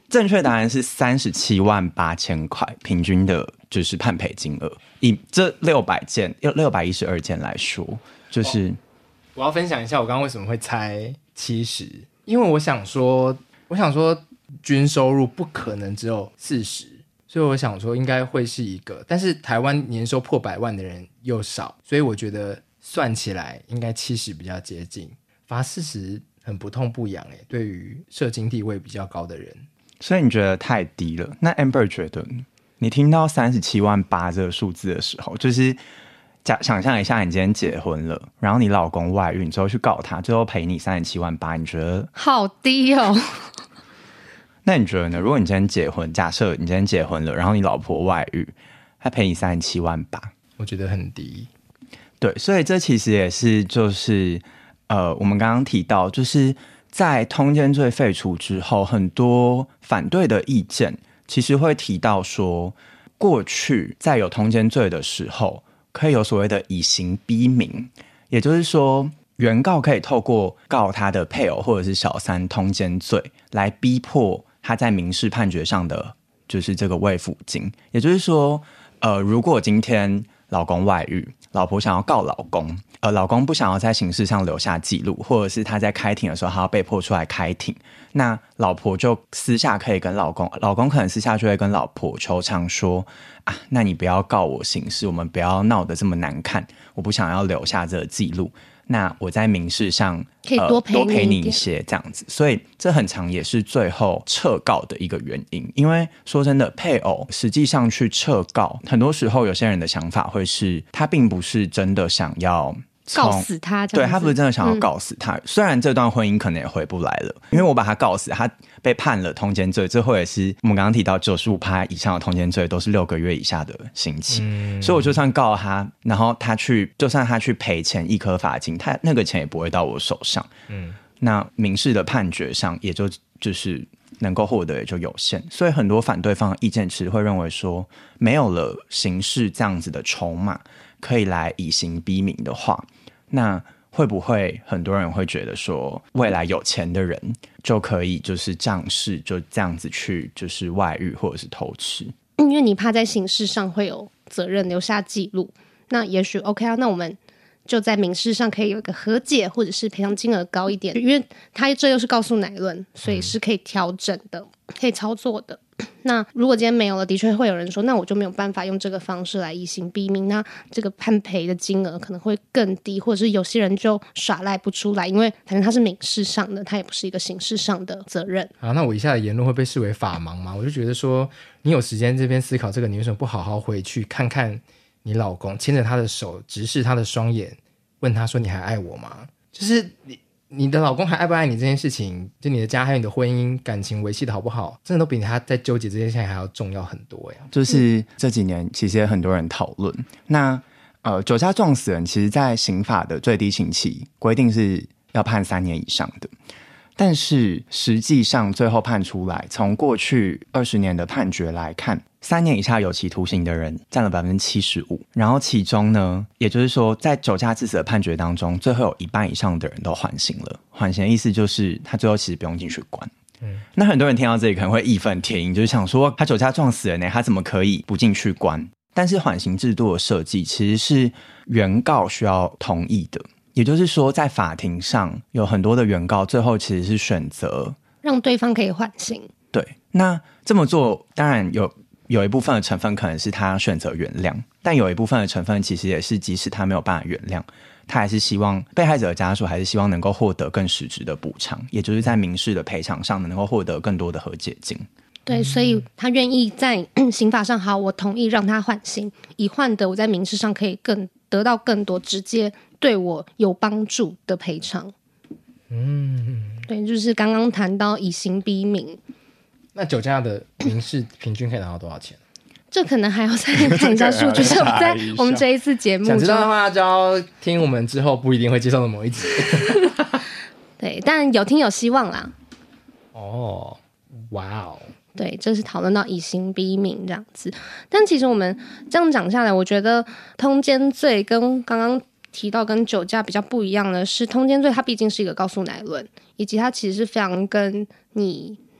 正确答案是三十七万八千块，平均的就是判赔金额。以这六百件、六百一十二件来说，就是、哦、 我要分享一下我刚刚为什么会猜七十，因为我想说，我想说均收入不可能只有四十，所以我想说应该会是一个，但是台湾年收破百万的人又少，所以我觉得算起来应该七十比较接近，罚四十很不痛不痒耶，对于社经地位比较高的人。 所以你觉得太低了？那 Amber 觉得你听到三十七万八这个数字的时候，就是想象一下，你今天结婚了，然后你老公外遇，你之后去告他，最后赔你三十七万八，你觉得好低哦？ 那你觉得呢？如果你今天结婚，假设你今天结婚了，然后你老婆外遇，他赔你三十七万八， 我觉得很低。 对，所以这其实也是就是呃，我们刚刚提到，就是在通奸罪废除之后，很多反对的意见其实会提到说，过去在有通奸罪的时候，可以有所谓的以刑逼民，也就是说，原告可以透过告他的配偶或者是小三通奸罪，来逼迫他在民事判决上的就是这个慰抚金。也就是说，呃，如果今天老公外遇，老婆想要告老公，呃，老公不想要在刑事上留下记录，或者是他在开庭的时候他要被迫出来开庭，那老婆就私下可以跟老公，老公可能私下就会跟老婆求偿说啊，那你不要告我刑事，我们不要闹得这么难看，我不想要留下这个记录，那我在民事上可以多赔你一点、呃、 多赔你一些这样子。所以这很常也是最后撤告的一个原因。因为说真的，配偶实际上去撤告，很多时候有些人的想法会是他并不是真的想要告死他， 对，他不是真的想要告死他、嗯、虽然这段婚姻可能也回不来了，因为我把他告死，他被判了通奸罪，最后也是我们刚刚提到 百分之九十五 以上的通奸罪都是六个月以下的刑期、嗯、所以我就算告他，然后他去就算他去赔钱一颗罚金，他那个钱也不会到我手上、嗯、那民事的判决上也就就是能够获得也就有限。所以很多反对方的意见其实会认为说，没有了刑事这样子的筹码可以来以刑逼民的话，那会不会很多人会觉得说，未来有钱的人就可以就是仗势就这样子去就是外遇或者是偷吃？ 因为你怕在刑事上会有责任留下记录，那也许 OK 啊，那我们就在民事上可以有一个和解，或者是赔偿金额高一点，因为他这又是告诉乃论，所以是可以调整的、可以操作的。那如果今天没有了，的确会有人说，那我就没有办法用这个方式来以刑逼民，那这个判赔的金额可能会更低，或者是有些人就耍赖不出来，因为反正他是民事上的，他也不是一个刑事上的责任。 好，那我以下的言论会被视为法盲吗？我就觉得说，你有时间这边思考这个，你为什么不好好回去看看你老公，牵着他的手，直视他的双眼，问他说你还爱我吗？就是你你的老公还爱不爱你这件事情，就你的家还有你的婚姻感情维系的好不好，真的都比他在纠结这件事情还要重要很多呀。 就是这几年其实也很多人讨论，那呃酒驾撞死人，其实在刑法的最低刑期规定是要判三年以上的，但是实际上最后判出来，从过去二十年的判决来看，三年以下有期徒刑的人占了 百分之七十五， 然后其中呢，也就是说在酒驾致死的判决当中，最后有一半以上的人都缓刑了。缓刑的意思就是他最后其实不用进去关。嗯，那很多人听到这里可能会义愤填膺，就是想说他酒驾撞死人呢，他怎么可以不进去关？但是缓刑制度的设计其实是原告需要同意的，也就是说在法庭上有很多的原告最后其实是选择让对方可以缓刑。 对，那这么做当然有有一部分的成分可能是他选择原谅，但有一部分的成分其实也是即使他没有办法原谅，他还是希望被害者的家属还是希望能够获得更实质的补偿，也就是在民事的赔偿上能够获得更多的和解金。 对，所以他愿意在刑法上，好，我同意让他缓刑，以换得我在民事上可以更得到更多直接对我有帮助的赔偿。嗯，对，就是刚刚谈到以刑逼民。 那酒驾的民事平均可以拿到多少钱？ 这可能还要再看一下数据，就是在我们这一次节目想知道的话就要听我们之后不一定会介绍的某一集。 对，但有听有希望啦。 哦，哇哦， 对，这是讨论到以刑逼民这样子。但其实我们这样讲下来，我觉得通奸罪跟刚刚提到跟酒驾比较不一样的是，通奸罪它毕竟是一个告诉乃论，以及它其实是非常跟你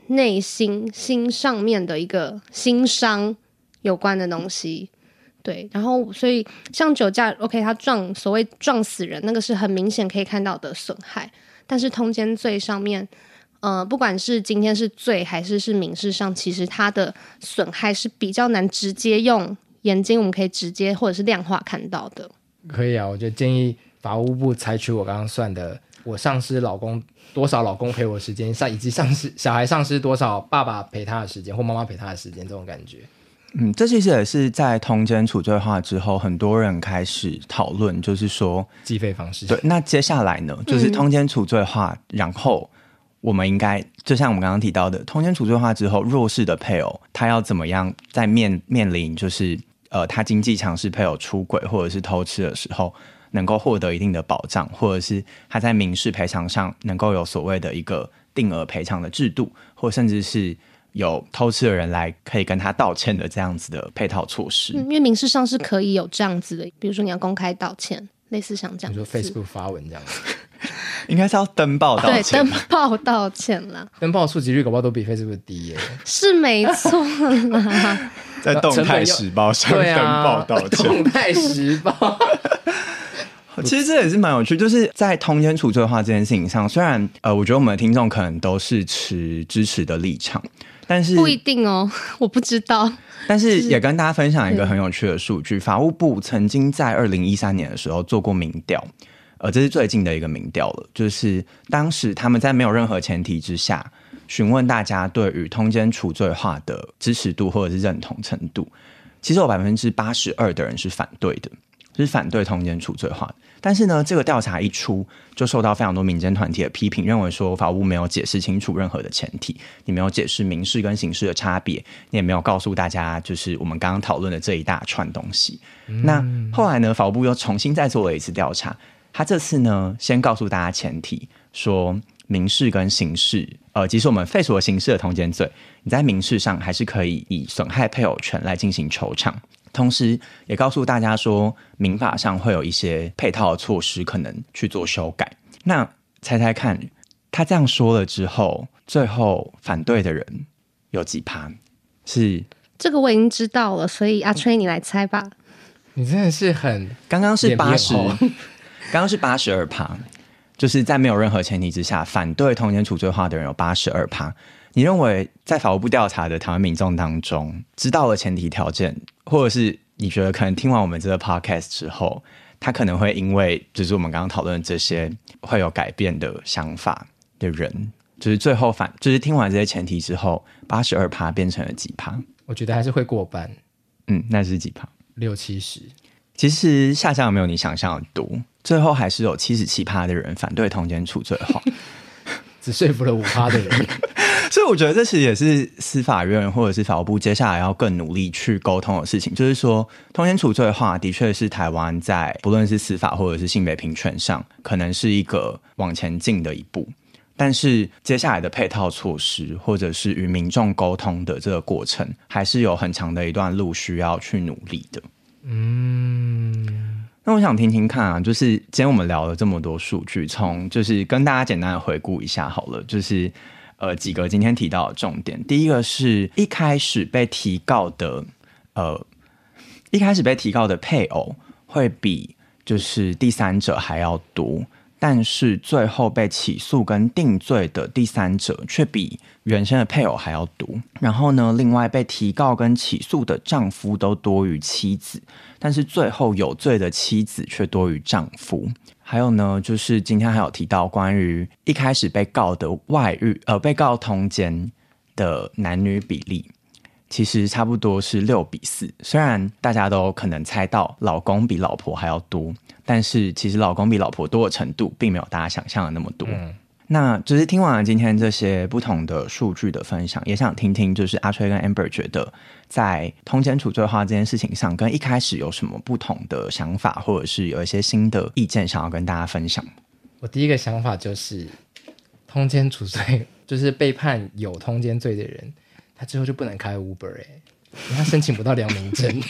内心心上面的一个心伤有关的东西。对，然后所以像酒驾 OK 他撞所谓撞死人那个是很明显可以看到的损害，但是通奸罪上面呃，不管是今天是罪还是是民事上，其实它的损害是比较难直接用眼睛我们可以直接或者是量化看到的。 可以啊，我就建议法务部采取我刚刚算的，我丧失老公多少老公陪我的时间，以及丧失小孩丧失多少爸爸陪他的时间或妈妈陪他的时间，这种感觉。 嗯，这其实也是在通奸处罪化之后，很多人开始讨论，就是说计费方式。 对，那接下来呢，就是通奸处罪化，嗯、然后我们应该就像我们刚刚提到的，通奸处罪化之后，弱势的配偶他要怎么样在面面临就是呃他经济强势配偶出轨或者是偷吃的时候，能够获得一定的保障，或者是他在民事赔偿上能够有所谓的一个定额赔偿的制度，或甚至是有偷吃的人来可以跟他道歉的这样子的配套措施。 嗯，因为民事上是可以有这样子的，比如说你要公开道歉，类似像这样子。 你说 Facebook 发文这样子应该是要登报道歉。 对，登报道歉啦。 登报触及率搞不好都比 Facebook 低耶。 是没错啦。 在动态时报上登报道歉。 动态时报其实这也是蛮有趣，就是在通奸处罪化这件事情上，虽然呃，我觉得我们的听众可能都是持支持的立场，但是不一定哦，我不知道。 但是也跟大家分享一个很有趣的数据，法务部曾经在二零一三年的时候做过民调，呃，这是最近的一个民调了，就是当时他们在没有任何前提之下，询问大家对于通奸处罪化的支持度或者是认同程度，其实有百分之八十二的人是反对的。就是反对通奸处罪化，但是呢，这个调查一出，就受到非常多民间团体的批评，认为说法务没有解释清楚任何的前提，你没有解释民事跟刑事的差别，你也没有告诉大家，就是我们刚刚讨论的这一大串东西。嗯、那后来呢，法务部又重新再做了一次调查，他这次呢，先告诉大家前提，说民事跟刑事，呃，即使我们废除了刑事的通奸罪，你在民事上还是可以以损害配偶权来进行求偿。同时也告诉大家说，民法上会有一些配套的措施可能去做修改。那猜猜看，他这样说了之后，最后反对的人有几趴？是这个我已经知道了，所以阿吹你来猜吧。 你真的是很刚刚是八十，刚刚是八十二趴，就是在没有任何前提之下，反对通奸处罪化的人有八十二趴。你认为在法务部调查的台湾民众当中，知道了前提条件，或者是你觉得可能听完我们这个 podcast 之后，他可能会因为就是我们刚刚讨论的这些会有改变的想法的人，就是最后反就是听完这些前提之后，八十二趴变成了几趴？ 我觉得还是会过半。 嗯，那是几趴？ 六七十。 其实下降没有你想象的多，最后还是有七十七趴的人反对通奸处罪化， 只说服了五趴的人。 所以我觉得这其实也是司法院或者是法务部接下来要更努力去沟通的事情，就是说通奸处罪化的确是台湾在不论是司法或者是性别平权上可能是一个往前进的一步，但是接下来的配套措施或者是与民众沟通的这个过程还是有很长的一段路需要去努力的。嗯，那我想听听看啊，就是今天我们聊了这么多数据，从就是跟大家简单的回顾一下好了，就是呃，几个今天提到的重点。第一个是一开始被提告的，呃，一开始被提告的配偶会比就是第三者还要多，但是最后被起诉跟定罪的第三者却比原先的配偶还要多。然后呢，另外被提告跟起诉的丈夫都多于妻子，但是最后有罪的妻子却多于丈夫。还有呢，就是今天还有提到关于一开始被告的外遇，呃，被告通奸的男女比例，其实差不多是六比四。虽然大家都可能猜到老公比老婆还要多，但是其实老公比老婆多的程度，并没有大家想象的那么多。嗯，那就是听完了今天这些不同的数据的分享，也想听听就是阿吹跟 Amber 觉得在通奸处罪化这件事情上跟一开始有什么不同的想法，或者是有一些新的意见想要跟大家分享。 我第一个想法就是通奸处罪就是被判有通奸罪的人，他之后就不能开 Uber 欸，因为他申请不到良民证。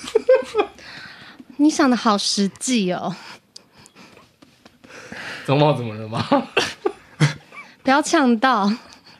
你想的好实际哦。 宗茂怎么了吗？ 不要呛到。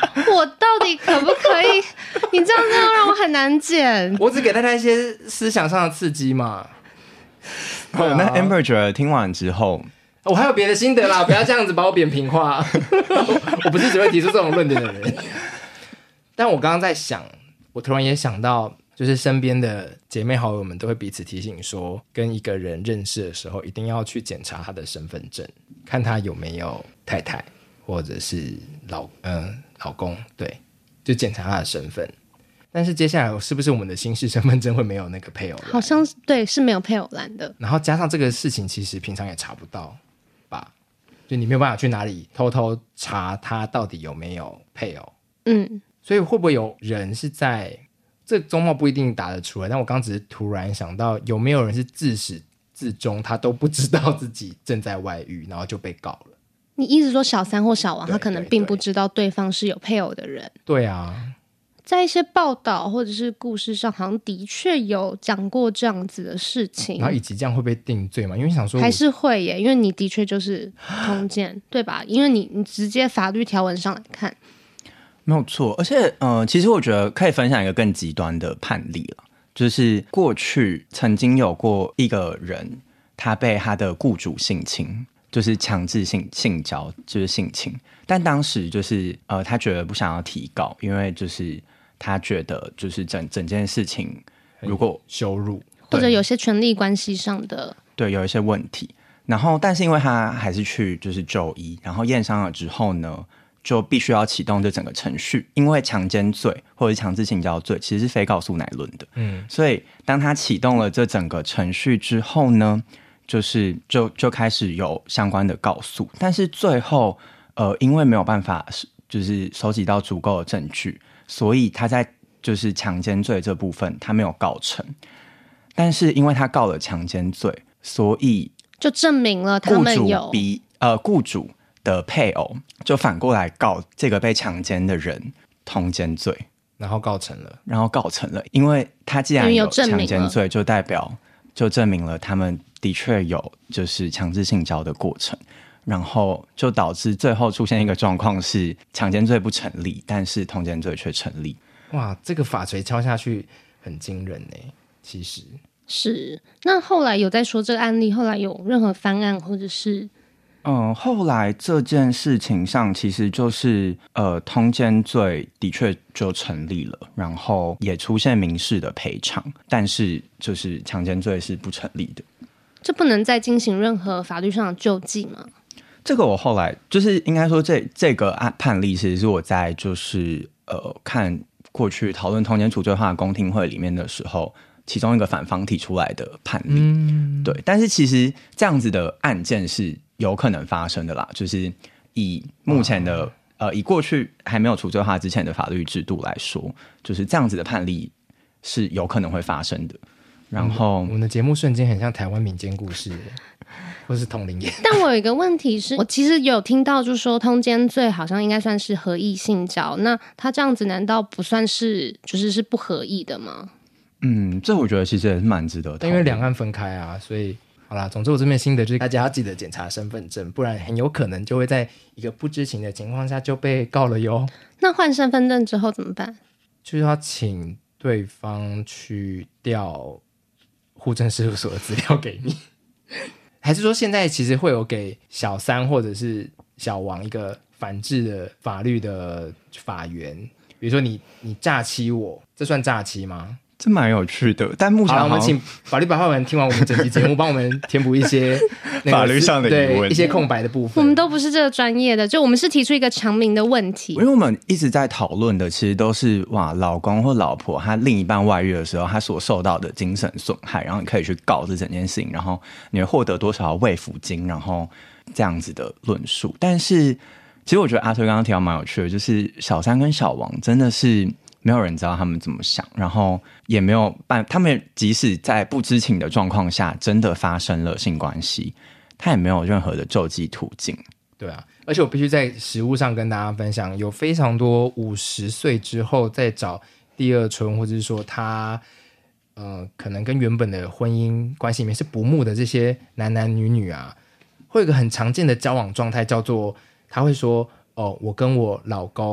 我到底可不可以？你这样这样让我很难剪。 我只给大家一些思想上的刺激嘛。 哦，那 Amber 觉得听完之后， 我还有别的心得啦，不要这样子把我扁平化。我不是只会提出这种论点的人。但我刚刚在想，我突然也想到，就是身边的姐妹好友们都会彼此提醒说，跟一个人认识的时候，一定要去检查他的身份证，看他有没有太太或者是老嗯、呃、老公，对，就检查他的身份。但是接下来是不是我们的新式身份证会没有那个配偶栏？ 好像对，是没有配偶栏的。 然后加上这个事情，其实平常也查不到吧？就你没有办法去哪里偷偷查他到底有没有配偶。 嗯， 所以会不会有人是在这中貌不一定答得出来？但我刚只是突然想到，有没有人是自始至终他都不知道自己正在外遇，然后就被告了？ 你意思说小三或小王他可能并不对知道对方是有配偶的人？ 对啊。 在一些报道或者是故事上，好像的确有讲过这样子的事情。 然后以及这样会被定罪吗？因为想说还是会耶，因为你的确就是通奸，对吧？因为你你直接法律条文上来看， 没有错。而且，呃，其实我觉得可以分享一个更极端的判例了，就是过去曾经有过一个人，他被他的雇主性侵。就是强制性性交，就是性侵，但当时就是呃，他觉得不想要提告，因为就是他觉得就是整整件事情如果羞辱， 或者有些权力关系上的对有一些问题，然后但是因为他还是去就是就医，然后验伤了之后呢，就必须要启动这整个程序，因为强奸罪或者强制性交罪其实是非告诉乃论的，嗯，所以当他启动了这整个程序之后呢。就是就就开始有相关的告诉，但是最后呃，因为没有办法就是收集到足够的证据，所以他在就是强奸罪这部分他没有告成。但是因为他告了强奸罪，所以就证明了他们有雇主比呃雇主的配偶就反过来告这个被强奸的人通奸罪， 然后告成了， 然后告成了，因为他既然有强奸罪，就代表就证明了他们。的确有就是强制性交的过程，然后就导致最后出现一个状况是强奸罪不成立，但是通奸罪却成立。 哇，这个法锤敲下去很惊人耶，其实是。那后来有在说这个案例后来有任何翻案或者是嗯，后来这件事情上其实就是呃，通奸罪的确就成立了，然后也出现民事的赔偿，但是就是强奸罪是不成立的。 这不能再进行任何法律上的救济吗？ 这个我后来就是应该说这这个案判例其实是我在就是呃看过去讨论通奸除罪化的公听会里面的时候，其中一个反方提出来的判例、嗯、对，但是其实这样子的案件是有可能发生的啦，就是以目前的、哦、呃以过去还没有除罪化之前的法律制度来说，就是这样子的判例是有可能会发生的。然后、 嗯、我们的节目瞬间很像台湾民间故事或是同龄眼。 但我有一个问题是，我其实有听到就是说通奸罪好像应该算是合意性交，那他这样子难道不算是就是是不合意的吗？ 嗯，这我觉得其实也是蛮值得的， 因为两岸分开啊，所以好啦，总之我这边心得就是大家要记得检查身份证，不然很有可能就会在一个不知情的情况下就被告了哟。那换身份证之后怎么办？ 就是要请对方去调户政事务所的资料给你还是说现在其实会有给小三或者是小王一个反制的法律的法源，比如说你你诈欺我，这算诈欺吗？ 这蛮有趣的，但目前好好，我们请法律白话文听完我们整期节目帮我们填补一些、那个、 法律上的疑问， 一些空白的部分。 我们都不是这个专业的，就我们是提出一个常民的问题。 因为我们一直在讨论的其实都是哇，老公或老婆他另一半外遇的时候他所受到的精神损害，然后你可以去告这整件事情，然后你会获得多少慰抚金，然后这样子的论述。但是其实我觉得阿推刚刚提到蛮有趣的，就是小三跟小王真的是没有人知道他们怎么想，然后也没有办，他们即使在不知情的状况下真的发生了性关系，他也没有任何的救济途径。 对啊，而且我必须在实务上跟大家分享，有非常多五十岁之后再找第二春，或者是说他呃可能跟原本的婚姻关系里面是不睦的这些男男女女啊，会有一个很常见的交往状态，叫做他会说哦，我跟我老公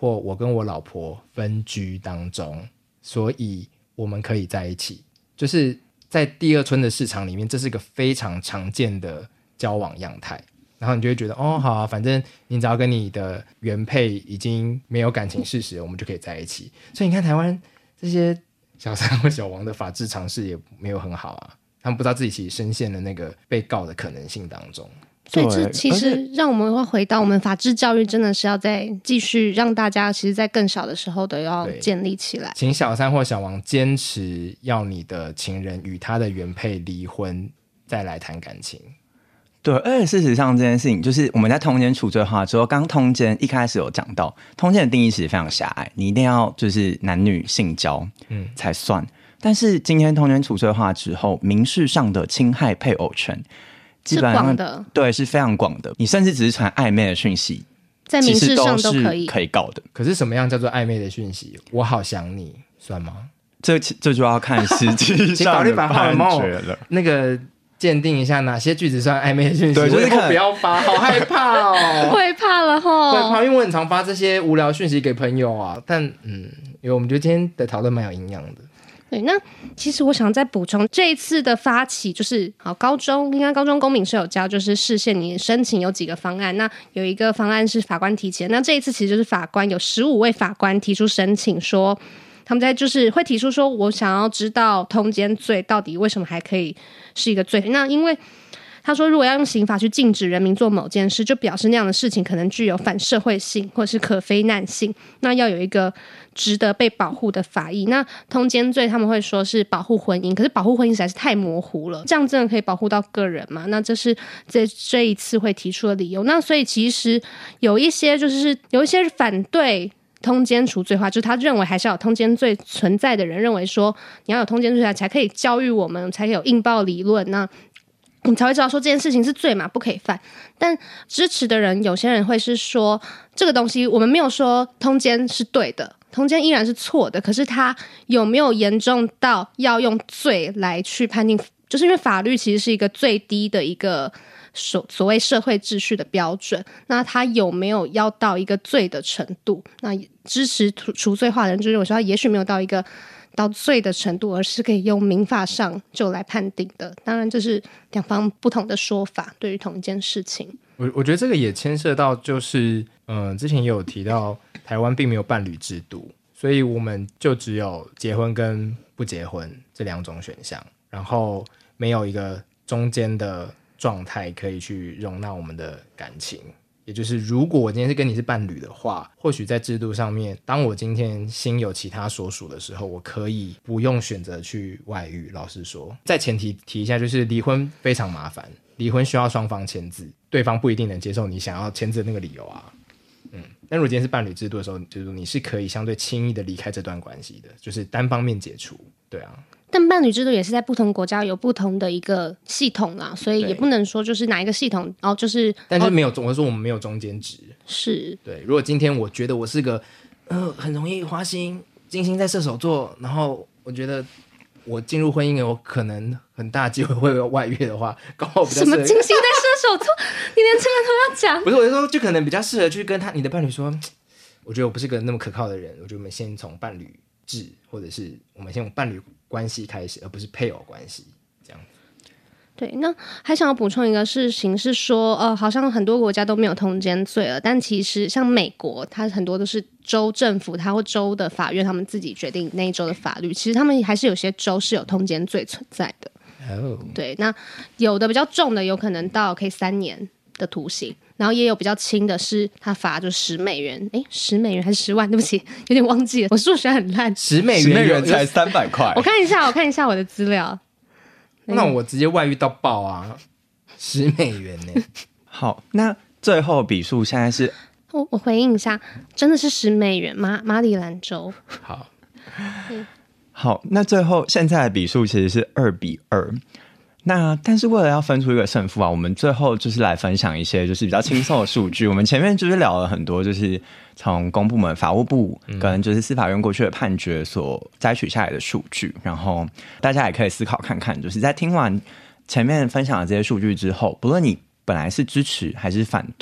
或我跟我老婆分居当中，所以我们可以在一起。就是在第二春的市场里面，这是一个非常常见的交往样态。然后你就会觉得哦好啊，反正你只要跟你的原配已经没有感情事实，我们就可以在一起。所以你看台湾这些小三或小王的法治常识也没有很好啊，他们不知道自己其实深陷了那个被告的可能性当中。 所以这其实让我们会回到我们法治教育真的是要再继续让大家其实在更小的时候都要建立起来。 请小三或小王坚持要你的情人与他的原配离婚再来谈感情。 对，而且事实上这件事情就是我们在通奸除罪化之后，刚通奸一开始有讲到通奸的定义其实非常狭隘，你一定要就是男女性交嗯才算、嗯、但是今天通奸除罪化之后，民事上的侵害配偶权基本上是广的，对，是非常广的。你甚至只是传暧昧的讯息， 在民事上都可以可以告的。 可是什么样叫做暧昧的讯息？我好想你，算吗？ 这这就要看实际上的判决了。 那个鉴定一下哪些句子算暧昧的讯息， 对，就是不要发，好害怕哦， 会怕了齁， 会怕，因为我很常发这些无聊讯息给朋友啊。但嗯，因为我们觉得今天的讨论蛮有营养的。 对，那其实我想再补充，这一次的发起就是好高中，应该高中公民是有教，就是释宪你申请有几个方案，那有一个方案是法官提起的，那这一次其实就是法官有十五位法官提出申请说。他们在就是会提出说我想要知道通奸罪到底为什么还可以是一个罪。那因为他说如果要用刑法去禁止人民做某件事，就表示那样的事情可能具有反社会性或者是可非难性，那要有一个值得被保护的法益。那通奸罪他们会说是保护婚姻，可是保护婚姻实在是太模糊了，这样真的可以保护到个人吗？那这是这这一次会提出的理由。那所以其实有一些就是有一些反对通奸除罪化，就是他认为还是要有通奸罪存在的人认为说你要有通奸罪才可以教育我们，才可以有应报理论，那我们才会知道说这件事情是罪嘛，不可以犯。但支持的人有些人会是说这个东西我们没有说通奸是对的，通奸依然是错的，可是他有没有严重到要用罪来去判定，就是因为法律其实是一个最低的一个所所谓社会秩序的标准，那他有没有要到一个罪的程度？那支持除罪化的人就认为说他也许没有到一个到罪的程度，而是可以用民法上就来判定的。当然这是两方不同的说法对于同一件事情。 我我觉得这个也牵涉到就是嗯、呃，之前也有提到台湾并没有伴侣制度，所以我们就只有结婚跟不结婚这两种选项，然后没有一个中间的状态可以去容纳我们的感情。也就是如果我今天是跟你是伴侣的话，或许在制度上面，当我今天心有其他所属的时候，我可以不用选择去外遇。老实说，在前提提一下，就是离婚非常麻烦，离婚需要双方签字，对方不一定能接受你想要签字的那个理由啊。嗯，但如果今天是伴侣制度的时候，就是你是可以相对轻易的离开这段关系的，就是单方面解除。对啊， 但伴侣制度也是在不同国家有不同的一个系统啦，所以也不能说就是哪一个系统，然后就是， 但是没有，我说我们没有中间值， 是对。如果今天我觉得我是个呃很容易花心，金星在射手座，然后我觉得我进入婚姻有可能很大机会会有外遇的话，刚好比较适合。 什么金星在射手座？你连这个都要讲？ 不是，我就说就可能比较适合去跟他你的伴侣说，我觉得我不是个那么可靠的人，我觉得我们先从伴侣制，或者是我们先从伴侣关系开始，而不是配偶关系这样。 对，那还想要补充一个事情是说，呃，好像很多国家都没有通奸罪了，但其实像美国，它很多都是州政府，它或州的法院，他们自己决定那一州的法律。其实他们还是有些州是有通奸罪存在的。 哦， 对，那有的比较重的，有可能到可以三年的徒刑，然后也有比较轻的是，他罚就十美元，哎，十美元还是十万？对不起，有点忘记了，我数学很烂。 十美元， 十美元才三百块。 我看一下，我看一下我的资料。 那我直接外遇到爆啊！十美元呢？ 好，那最后比数现在是， 我我回应一下，真的是十美元，马马里兰州。 好， 嗯， 好，那最后现在的比数其实是二比二。那但是为了要分出一个胜负啊，我们最后就是来分享一些就是比较轻松的数据。我们前面就是聊了很多，就是从公部门、法务部跟就是司法院过去的判决所摘取下来的数据，然后大家也可以思考看看，就是在听完前面分享的这些数据之后，不论你本来是支持还是反对，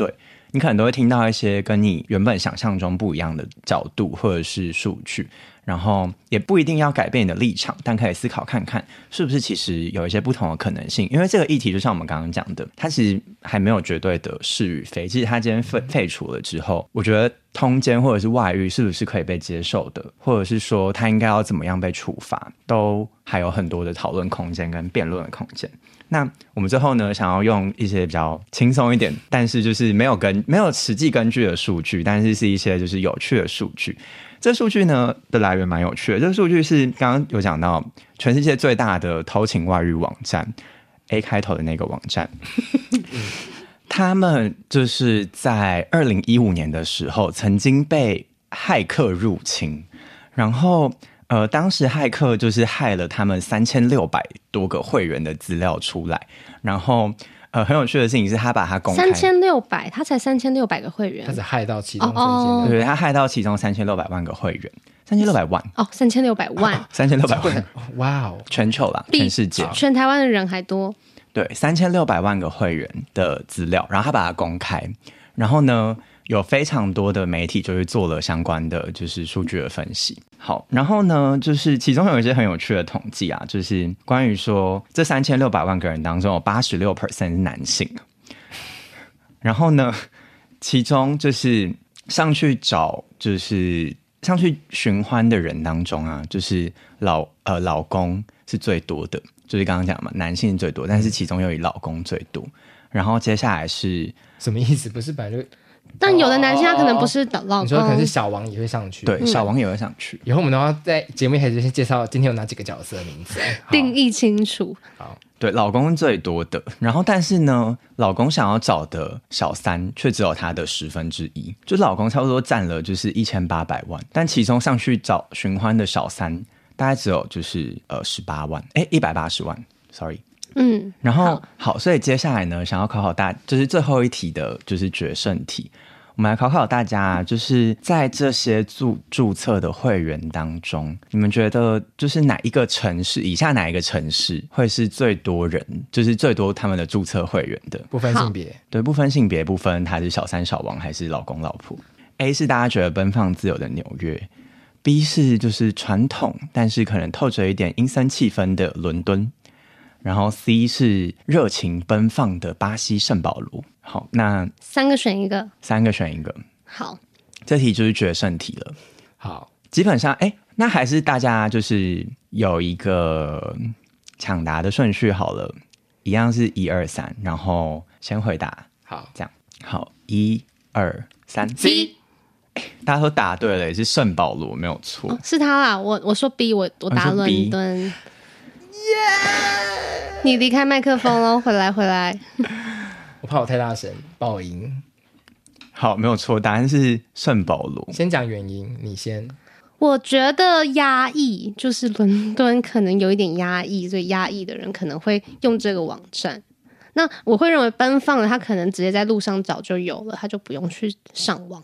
你可能都会听到一些跟你原本想象中不一样的角度或者是数据，然后也不一定要改变你的立场，但可以思考看看是不是其实有一些不同的可能性。因为这个议题就像我们刚刚讲的，它其实还没有绝对的是与非，其实它今天废废除了之后，我觉得通奸或者是外遇是不是可以被接受的，或者是说它应该要怎么样被处罚，都还有很多的讨论空间跟辩论的空间。那我们最后呢，想要用一些比较轻松一点，但是就是没有根没有实际根据的数据，但是是一些就是有趣的数据。这数据呢的来源蛮有趣的，这数据是刚刚有讲到全世界最大的偷情外遇网站 A 开头的那个网站他们就是在二零一五年的时候曾经被骇客入侵，然后呃，当时骇客就是害了他们三千六百多个会员的资料出来，然后呃，很有趣的事情是他把它公开三千六百，他才三千六百个会员， 他只害到其中三千哦哦对，他害到其中三千六百万个会员，三千六百万哦，三千六百万， 三千六百万， 哇哦， 全球啦，全世界， 全台湾的人还多。 对，三千六百万个会员的资料，然后他把它公开，然后呢，有非常多的媒体就是做了相关的就是数据的分析。好，然后呢，就是其中有一些很有趣的统计啊，就是关于说这三千六百万个人当中有八十六 percent 是男性，然后呢，其中就是上去找就是上去寻欢的人当中啊，就是老呃老公是最多的，就是刚刚讲嘛，男性最多，但是其中又以老公最多，然后接下来是什么意思？不是本来就。 但有的男性他可能不是老公， 你说可能是小王也会上去， 对， 嗯、 小王也会上去。 以后我们都要在节目一开始先介绍今天有哪几个角色的名字， 定义清楚。 好， 对，老公最多的，然后但是呢，老公想要找的小三却只有他的十分之一，就老公差不多占了就是一千八百万，但其中上去找寻欢的小三大概只有就是呃十八万，哎，一百八十万 ，sorry。 嗯， 然后 好, 好，所以接下来呢，想要考考大，就是最后一题的，就是决胜题。我们来考考大家，就是在这些注注册的会员当中，你们觉得就是哪一个城市，以下哪一个城市会是最多人，就是最多他们的注册会员的？ 不分性别， 对，不分性别，不分他是小三小王还是老公老婆。A 是大家觉得奔放自由的纽约。B 是就是传统，但是可能透着一点阴森气氛的伦敦。然后 C 是热情奔放的巴西圣保罗。好，那三个选一个， 三个选一个。 好， 这题就是决胜题了。 好， 基本上，哎，那还是大家就是有一个抢答的顺序好了，一样是一二三，然后先回答。 好， 这样好，一二三 C， 大家都答对了，也是圣保罗，没有错。 哦、是他啦，我我说 B， 我我答伦敦。耶、yeah! 你离开麦克风咯，回来回来。 我怕我太大声爆音。 好，没有错，答案是圣保罗。 先讲原因，你先。 我觉得压抑，就是伦敦可能有一点压抑，所以压抑的人可能会用这个网站。那我会认为奔放的他可能直接在路上早就有了，他就不用去上网。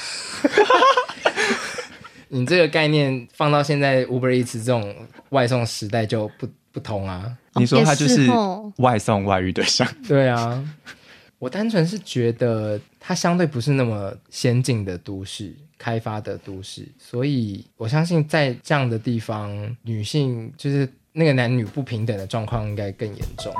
你这个概念放到现在 Uber Eats 这种外送时代就不不同啊。 你说他就是外送外遇对象。 对啊，我单纯是觉得它相对不是那么先进的都市开发的都市，所以我相信在这样的地方，女性就是那个男女不平等的状况应该更严重。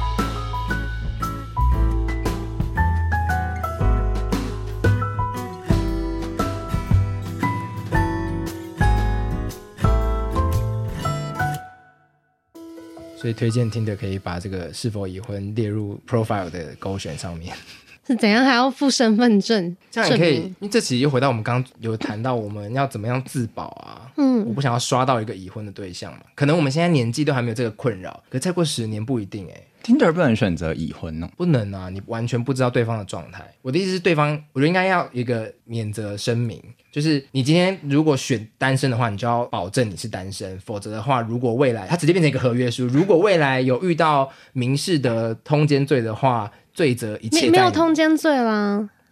所以推荐听的可以把这个是否已婚列入 profile 的勾选上面。 是怎样还要附身份证？ 这样也可以，因为这其实又回到我们刚刚有谈到我们要怎么样自保啊。嗯，我不想要刷到一个已婚的对象嘛，可能我们现在年纪都还没有这个困扰，可是再过十年不一定哎、欸。 Tinder 不能选择已婚哦， 不能啊，你完全不知道对方的状态。我的意思是，对方我觉得应该要有一个免责声明，就是你今天如果选单身的话，你就要保证你是单身，否则的话，如果未来它直接变成一个合约书，如果未来有遇到民事的通奸罪的话，罪责一切在你。 没有通奸罪啦。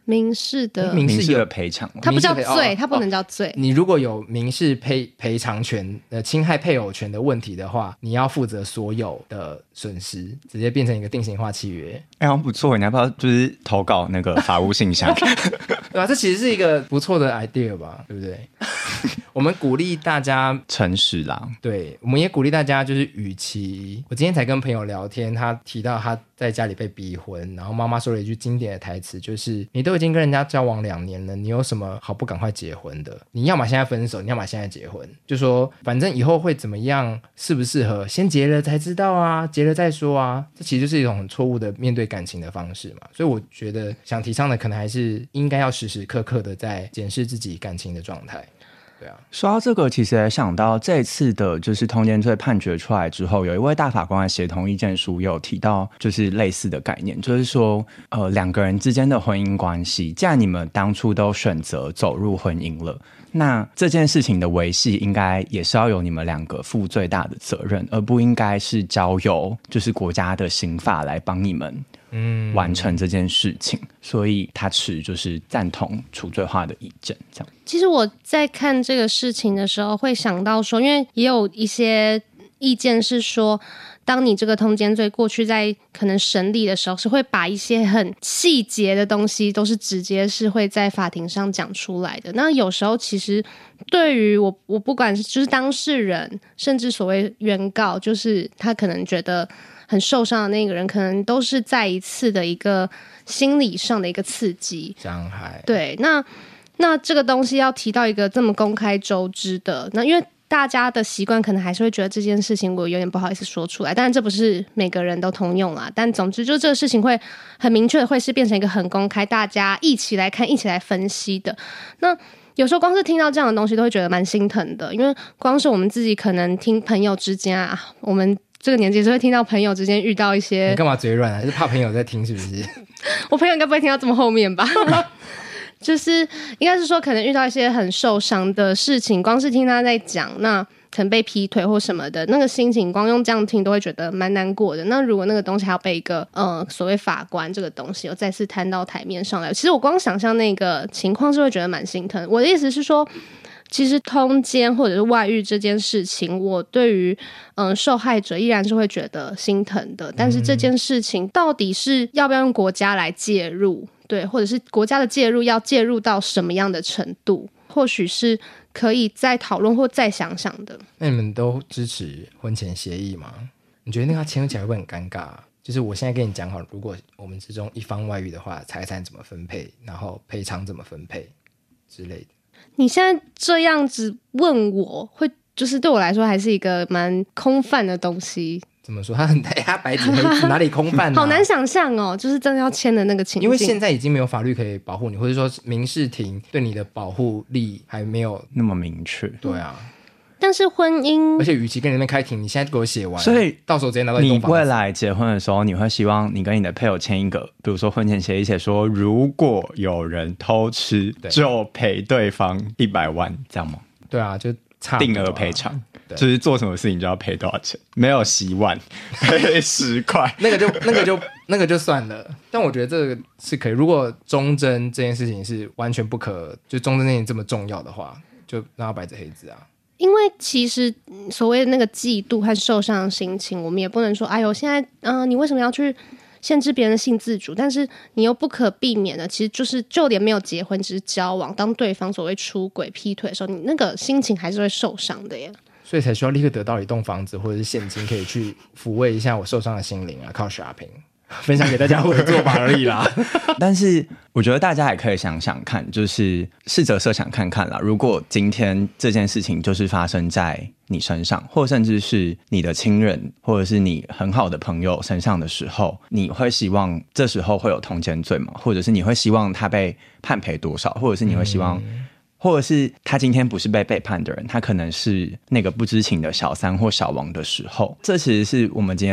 民事的民民事有的赔偿， 它不叫民事赔罪， 哦它不能叫罪。 你如果有民事赔赔偿权呃侵害配偶权的问题的话，你要负责所有的损失，直接变成一个定型化契约。 哎、欸，不错，你要不要就是投稿那个法务信箱？ 对吧？这其实是一个不错的 idea 吧，对不对？我们鼓励大家诚实啦， 对，我们也鼓励大家，就是与其我今天才跟朋友聊天，他提到他在家里被逼婚，然后妈妈说了一句经典的台词，就是你都已经跟人家交往两年了，你有什么好不赶快结婚的？你要么现在分手，你要么现在结婚，就说反正以后会怎么样，适不适合，先结了才知道啊，结了再说啊。这其实就是一种很错误的面对感情的方式嘛。所以我觉得想提倡的可能还是应该要时时刻刻的在检视自己感情的状态。对啊， 说到这个，其实也想到这一次的就是通奸罪判决出来之后，有一位大法官的协同意见书也有提到就是类似的概念，就是说呃两个人之间的婚姻关系，既然你们当初都选择走入婚姻了，那这件事情的维系应该也是要由你们两个负最大的责任，而不应该是交由就是国家的刑法来帮你们嗯完成这件事情。所以他持就是赞同除罪化的意见这样。 其实我在看这个事情的时候会想到说，因为也有一些意见是说，当你这个通奸罪过去在可能审理的时候，是会把一些很细节的东西都是直接是会在法庭上讲出来的。那有时候其实对于我我不管是就是当事人，甚至所谓原告，就是他可能觉得很受伤的那个人，可能都是再一次的一个心理上的一个刺激伤害。 对，那那这个东西要提到一个这么公开周知的，那因为大家的习惯可能还是会觉得这件事情我有点不好意思说出来，当然这不是每个人都通用啦，但总之就这个事情会很明确的会是变成一个很公开，大家一起来看一起来分析的。那有时候光是听到这样的东西都会觉得蛮心疼的，因为光是我们自己可能听朋友之间啊，我们这个年纪是会听到朋友之间遇到一些， 你干嘛嘴软啊？是怕朋友在听是不是？ 我朋友应该不会听到这么后面吧？就是应该是说可能遇到一些很受伤的事情，光是听他在讲，那可能被劈腿或什么的，那个心情光用这样听都会觉得蛮难过的。那如果那个东西还要被一个呃所谓法官这个东西又再次摊到台面上来，其实我光想象那个情况是会觉得蛮心疼。我的意思是说，其实通奸或者是外遇这件事情，我对于嗯、呃、受害者依然是会觉得心疼的。但是这件事情到底是要不要用国家来介入？对，或者是国家的介入要介入到什么样的程度？或许是可以再讨论或再想想的。 那你们都支持婚前协议吗？你觉得那个签起来会不会很尴尬？就是我现在跟你讲好，如果我们之中一方外遇的话，财产怎么分配，然后赔偿怎么分配之类的。 你现在这样子问我，会就是对我来说还是一个蛮空泛的东西。 怎么说？他很他白纸黑字，哪里空泛、啊？ 好难想象哦，就是真的要签的那个情境。 因为现在已经没有法律可以保护你，或者说民事庭对你的保护力还没有那么明确。 对啊。 但是婚姻， 而且与其跟你那边开庭，你现在给我写完， 所以到时候直接拿到一栋房子。 你未来结婚的时候，你会希望你跟你的配偶签一个，比如说婚前协议，写说如果有人偷吃，就赔对方一百万，这样吗？ 对啊，就差定额赔偿。就是做什么事情就要赔多少钱，没有十万赔十块， 那个就那个就那个就算了。但我觉得这个是可以，如果忠贞这件事情是完全不可，就忠贞这件事情这么重要的话，就让它白纸黑字啊。 因为其实所谓的那个嫉妒和受伤的心情，我们也不能说，哎呦，现在嗯、呃，你为什么要去限制别人的性自主？但是你又不可避免的，其实就是就连没有结婚，只是交往，当对方所谓出轨、劈腿的时候，你那个心情还是会受伤的耶。 所以才需要立刻得到一栋房子或者是现金，可以去抚慰一下我受伤的心灵啊！靠 shopping 分享给大家我的做法而已啦。 但是我觉得大家也可以想想看，就是试着设想看看啦。如果今天这件事情就是发生在你身上，或甚至是你的亲人，或者是你很好的朋友身上的时候，你会希望这时候会有通奸罪吗？或者是你会希望他被判赔多少？或者是你会希望、嗯或者是他今天不是被背叛的人，他可能是那个不知情的小三或小王的时候，这其实是我们今天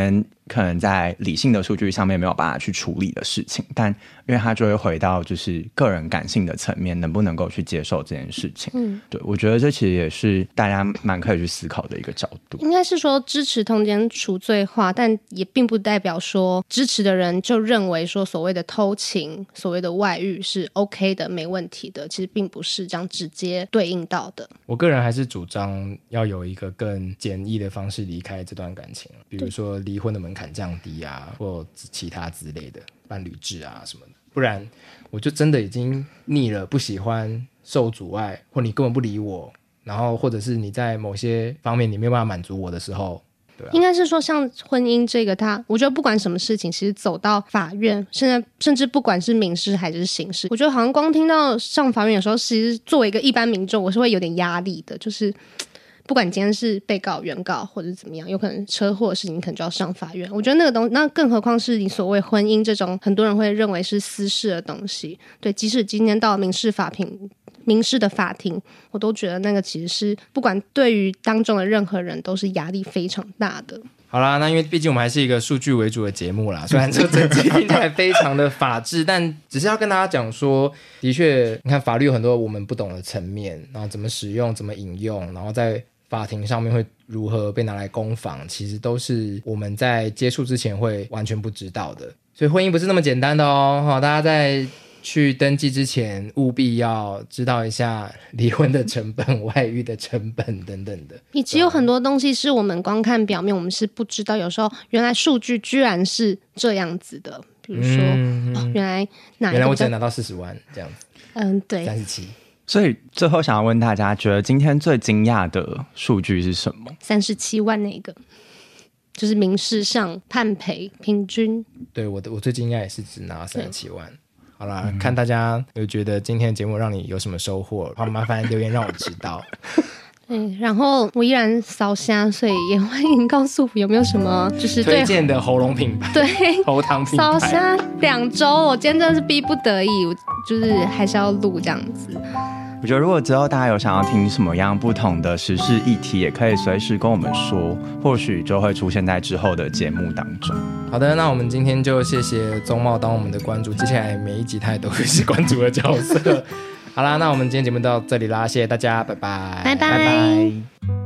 可能在理性的数据上面没有办法去处理的事情，但因为它就会回到就是个人感性的层面，能不能够去接受这件事情。嗯，对，我觉得这其实也是大家蛮可以去思考的一个角度。 应该是说支持通奸除罪化，但也并不代表说支持的人就认为说所谓的偷情所谓的外遇是 OK 的没问题的，其实并不是这样直接对应到的。 我个人还是主张要有一个更简易的方式离开这段感情，比如说离婚的门槛降低啊，或其他之类的伴侣制啊什么的，不然我就真的已经腻了，不喜欢受阻碍，或你根本不理我，然后或者是你在某些方面你没有办法满足我的时候，对啊， 应该是说像婚姻这个它，我觉得不管什么事情其实走到法院，现在甚至不管是民事还是刑事，我觉得好像光听到上法院有时候其实作为一个一般民众我是会有点压力的，就是不管你今天是被告原告或者怎么样，有可能车祸的事情你可能就要上法院，我觉得那个东西，那更何况是你所谓婚姻这种很多人会认为是私事的东西，对，即使今天到民事法庭民事的法庭，我都觉得那个其实是不管对于当中的任何人都是压力非常大的。 好啦，那因为毕竟我们还是一个数据为主的节目啦，虽然这整集听起来非常的法治，但只是要跟大家讲说，的确你看法律有很多我们不懂的层面，然后怎么使用怎么引用，然后在法庭上面会如何被拿来攻防，其实都是我们在接触之前会完全不知道的。所以婚姻不是那么简单的哦，大家在去登记之前务必要知道一下离婚的成本、外遇的成本等等的， 以及有很多东西是我们光看表面我们是不知道，有时候原来数据居然是这样子的，比如说、嗯哦、原来哪一个原来我只能拿到四十万这样子， 嗯，对， 三十七。 所以最后想要问大家，觉得今天最惊讶的数据是什么？ 三十七万那个，就是民事上判赔平均。对， 我的我最惊讶也是只拿三十七万。好啦、嗯，看大家有觉得今天的节目让你有什么收获，好，麻烦留言让我知道。 对，然后我依然烧虾，所以也欢迎告诉我有没有什么就是对推荐的喉咙品牌， 对， 喉糖品牌。 烧虾两周，我今天真的是逼不得已，我就是还是要录这样子。 我觉得如果之后大家有想要听什么样不同的时事议题，也可以随时跟我们说，或许就会出现在之后的节目当中。 好的，那我们今天就谢谢宗茂当我们的关主，接下来每一集他也都会是关主的角色。好啦，那我们今天节目到这里啦，谢谢大家，拜拜， 拜拜。 拜拜。